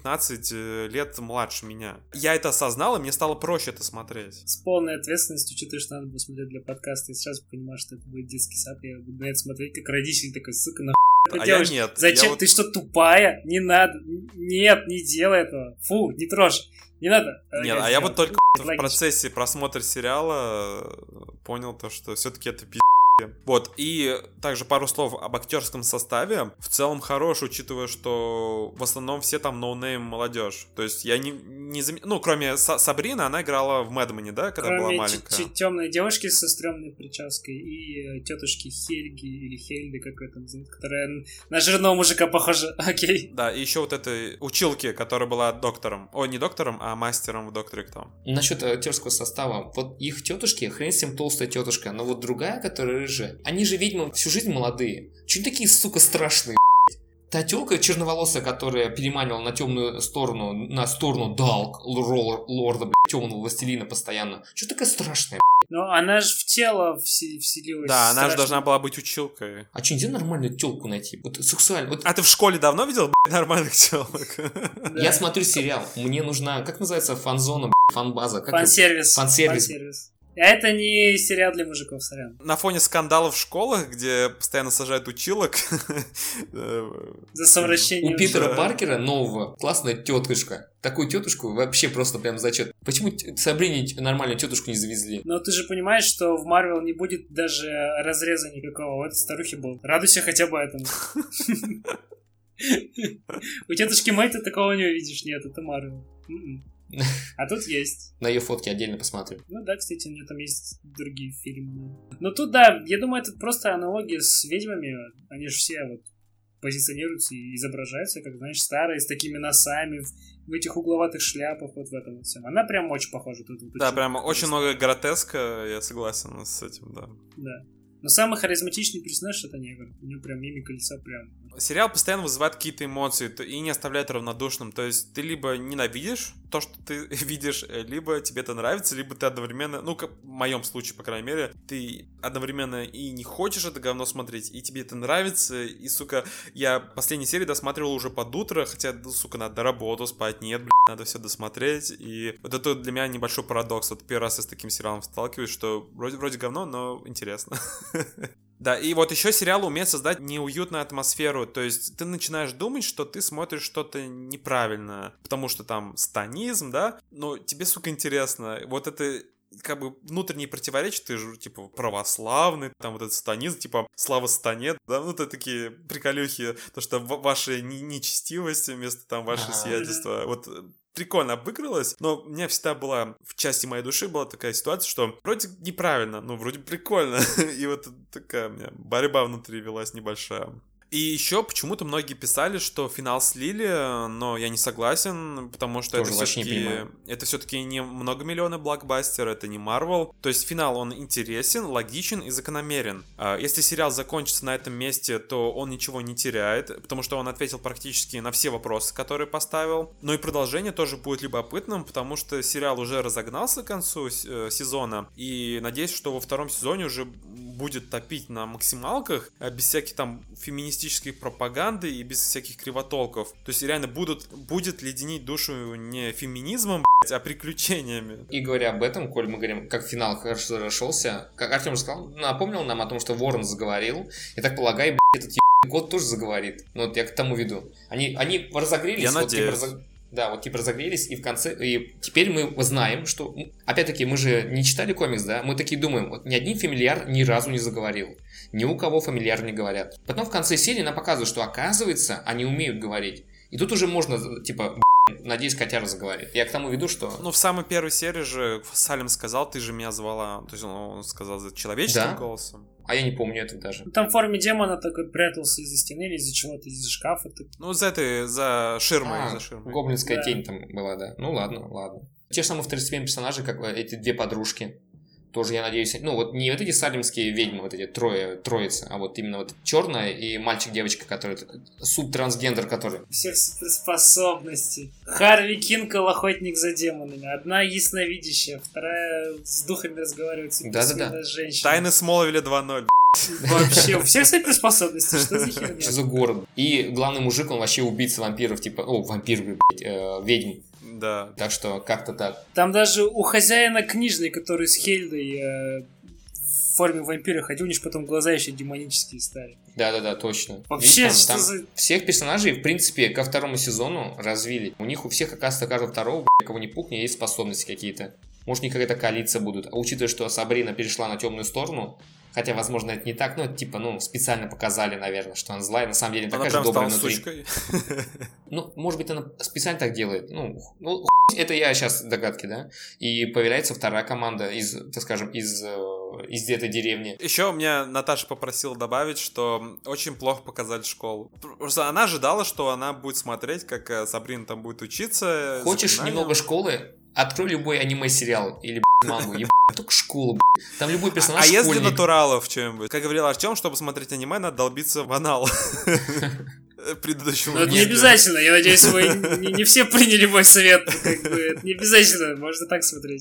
15 лет младше меня. Я это осознал, и мне стало проще это смотреть. С полной ответственностью, учитывая, что надо было смотреть для подкаста, и сразу понимаю, что это будет детский сад, я буду на это смотреть как родитель такой, сука, нахуй ты делаешь? Нет. Зачем? Ты что, тупая? Не надо. Нет, не делай этого. Фу, не трожь. Не надо. Нет, я вот только в процессе просмотра сериала понял то, что все-таки это пи***. Вот, и также пару слов об актерском составе. В целом хорош, учитывая, что в основном все там ноунейм молодежь. То есть я не заметил... Ну, кроме Сабрины, она играла в Мэдмане, да, когда была маленькая. Темной девушки со стрёмной прической и тетушки Хельги или Хельды какой-то, которая на жирного мужика похожа. Окей. Да, и еще вот этой училки, которая была доктором. О, не доктором, а мастером в Докторе Кто. Насчет актерского состава. Вот их тетушки, хрен с ним толстая тетушка, но вот другая, которая рыжая, они же ведьмы всю жизнь молодые. Чего такие, сука, страшные, блядь? Та тёлка черноволосая, которая переманивала на темную сторону, на сторону Далк, лорда, блядь, темного властелина постоянно. Чего такая страшная, блядь? Но она же в тело вселилась. Да, она же должна была быть училкой. А что, нельзя нормальную тёлку найти? Вот сексуально. Вот... А ты в школе давно видел, нормальных тёлок? Я смотрю сериал, мне нужна, как называется, фан-зона, фан-база? Фан-сервис. Фан-сервис. А это не сериал для мужиков, сорян. На фоне скандалов в школах, где постоянно сажают училок. За совращение. У Питера Паркера нового классная тетушка. Такую тетушку вообще просто прям зачет. Почему Сабрине нормальную тетушку не завезли? Но ты же понимаешь, что в Марвел не будет даже разреза никакого. У этой старухи был. Радуйся хотя бы этому. У тетушки Мэй ты такого не увидишь. Нет, это Марвел. А тут есть. На ее фотки отдельно посмотрим. Ну да, кстати, у нее там есть другие фильмы. Но тут, да, я думаю, это просто аналогия с ведьмами. Они же все вот позиционируются и изображаются, как, знаешь, старые, с такими носами, в этих угловатых шляпах, вот в этом вот всем. Она прям очень похожа. Тут, да, прям очень много гротеска, я согласен с этим, да. Да. Но самый харизматичный персонаж — это негр. У него прям мимика лица прям... Сериал постоянно вызывает какие-то эмоции и не оставляет равнодушным. То есть ты либо ненавидишь то, что ты видишь, либо тебе это нравится, либо ты одновременно, ну, как в моем случае, по крайней мере, ты одновременно и не хочешь это говно смотреть, и тебе это нравится, и, сука, я последней серии досматривал уже под утро, хотя, сука, надо на работу спать, нет, блядь, надо все досмотреть, и вот это для меня небольшой парадокс. Вот первый раз я с таким сериалом сталкиваюсь, что вроде говно, но интересно. Да, и вот еще сериал умеет создать неуютную атмосферу, то есть ты начинаешь думать, что ты смотришь что-то неправильно, потому что там станизм, да, но тебе, сука, интересно, вот это как бы внутренние противоречия, ты же, типа, православный, там вот этот станизм, типа, слава стане, да, ну, это такие приколюхи, то, что ваша нечестивость вместо там ваше сиятельство, вот... Прикольно обыгралось, но у меня всегда была, в части моей души была такая ситуация, что вроде неправильно, но вроде прикольно. И вот такая у меня борьба внутри велась небольшая. И еще почему-то многие писали, что финал слили, но я не согласен, потому что это все-таки не многомиллионный блокбастер, это не Marvel. То есть финал, он интересен, логичен и закономерен. Если сериал закончится на этом месте, то он ничего не теряет, потому что он ответил практически на все вопросы, которые поставил. Но и продолжение тоже будет любопытным, потому что сериал уже разогнался к концу сезона, и надеюсь, что во втором сезоне уже будет топить на максималках, без всяких там феминистических пропаганды и без всяких кривотолков. То есть реально будет леденить душу не феминизмом, а приключениями. И говоря об этом, коль мы говорим, как финал хорошо разошелся, как Артем уже сказал, напомнил нам о том, что Ворон заговорил. Я так полагаю, этот кот тоже заговорит. Ну вот я к тому веду. Они разогрелись. Я надеюсь. Да, вот типа разогрелись, и в конце... И теперь мы знаем, что... Опять-таки, мы же не читали комикс, да? Мы такие думаем, вот ни один фамильяр ни разу не заговорил. Ни у кого фамильяр не говорят. Потом в конце серии нам показывают, что, оказывается, они умеют говорить. И тут уже можно, типа... Надеюсь, котяра заговорит. Я к тому веду, что... Ну, в самой первой серии же Салем сказал, ты же меня звала. То есть он сказал за человеческим голосом. А я не помню это даже. Там в форме демона такой прятался из-за стены или из-за чего-то, из-за шкафа. Ну, за ширмой. Гоблинская тень там была, да. Ну, ладно. Те же самые второстепенные персонажи, как эти две подружки. Тоже, я надеюсь, ну, вот не вот эти салемские ведьмы, вот эти троицы, а вот именно вот черная и мальчик-девочка, который субтрансгендер, который... Всех суперспособностей. Харви Кинкл, охотник за демонами. Одна ясновидящая, вторая с духами разговаривает, суперсильная женщина. Тайны Смолвиля 2.0. Вообще, у всех суперспособности, что за херня? Что за город? И главный мужик, он вообще убийца вампиров, типа, ведьм. Да. Так что как-то так. Там даже у хозяина книжной, который с Хельдой в форме вампира ходил, у них потом глаза еще демонические стали. Да, точно. Вообще, видишь, там всех персонажей, в принципе, ко второму сезону развили. У них у всех, оказывается, каждого второго, кого не пукни, есть способности какие-то. Может, они какая-то коалиция будут. А учитывая, что Сабрина перешла на темную сторону, хотя, возможно, это не так, но типа, специально показали, наверное, что она злая, на самом деле такая же добрая внутри. Ну, может быть, она специально так делает. Это я сейчас догадки, да? И появляется вторая команда из, так скажем, из этой деревни. Еще меня Наташа попросила добавить, что очень плохо показали школу. Просто она ожидала, что она будет смотреть, как Сабрина там будет учиться. Хочешь немного школы? Открой любой аниме-сериал или мангу, только школу, там любой персонаж школьник. Если натуралов что-нибудь? Как говорил Артем, чтобы смотреть аниме, надо долбиться в анал. Предыдущему. Но это не обязательно, я надеюсь, вы не все приняли мой совет. Это не обязательно, можно так смотреть.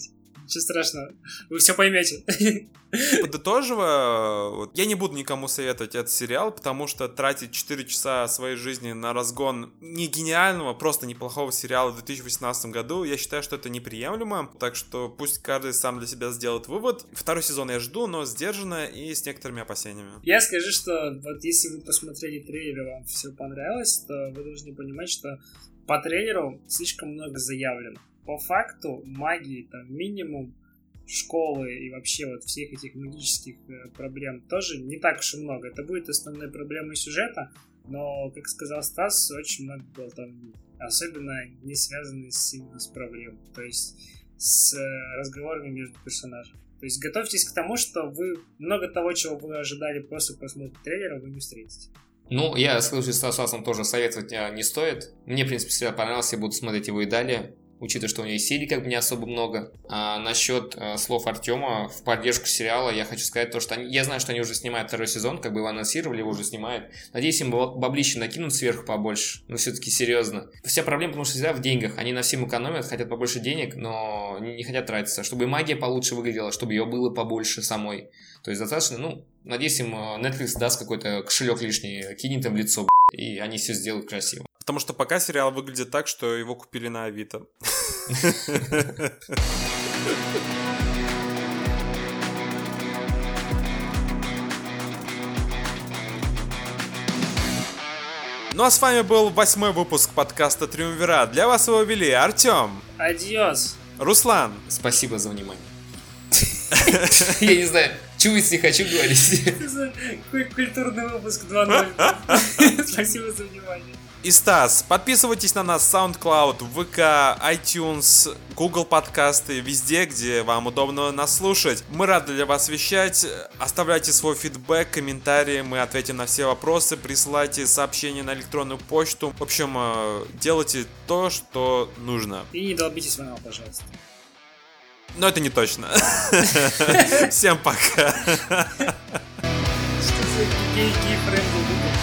Ничего страшного. Вы все поймете. Подытоживая, я не буду никому советовать этот сериал, потому что тратить 4 часа своей жизни на разгон не гениального, просто неплохого сериала в 2018 году, я считаю, что это неприемлемо. Так что пусть каждый сам для себя сделает вывод. Второй сезон я жду, но сдержанно и с некоторыми опасениями. Я скажу, что вот если вы посмотрели трейлер и вам все понравилось, то вы должны понимать, что по трейлеру слишком много заявлено. По факту магии там минимум, школы и вообще вот всех этих магических проблем тоже не так уж и много. Это будет основной проблемой сюжета, но, как сказал Стас, очень много болтовни. Особенно не связанные именно с проблемой, то есть с разговорами между персонажами. То есть готовьтесь к тому, что вы много того, чего вы ожидали после просмотра трейлера, вы не встретите. Ну, я соглашусь с Стасом, тоже советовать не стоит. Мне, в принципе, сериал понравился, я буду смотреть его и далее, учитывая, что у него серий как бы не особо много. А насчет слов Артема в поддержку сериала я хочу сказать то, что я знаю, что они уже снимают второй сезон, как бы его анонсировали, его уже снимают. Надеюсь, им баблище накинут сверху побольше, но все-таки серьезно. Вся проблема, потому что всегда в деньгах. Они на всем экономят, хотят побольше денег, но не хотят тратиться. Чтобы и магия получше выглядела, чтобы ее было побольше самой. То есть достаточно, надеюсь, им Netflix даст какой-то кошелек лишний, кинет им в лицо, и они все сделают красиво. Потому что пока сериал выглядит так, что его купили на Авито. Ну а с вами был 8-й выпуск подкаста Триумвират. Для вас его вели Артем. Адьос. Руслан. Спасибо за внимание. Я не знаю, чувствовать не хочу говорить. Какой культурный выпуск 2.0. Спасибо за внимание. И Стас, подписывайтесь на нас в SoundCloud, ВК, iTunes, Google подкасты, везде, где вам удобно нас слушать. Мы рады для вас вещать. Оставляйте свой фидбэк, комментарии, мы ответим на все вопросы, присылайте сообщения на электронную почту. В общем, делайте то, что нужно. И не долбитесь в анал, пожалуйста. Но это не точно. Всем пока. Что за гей-френдли выпуск?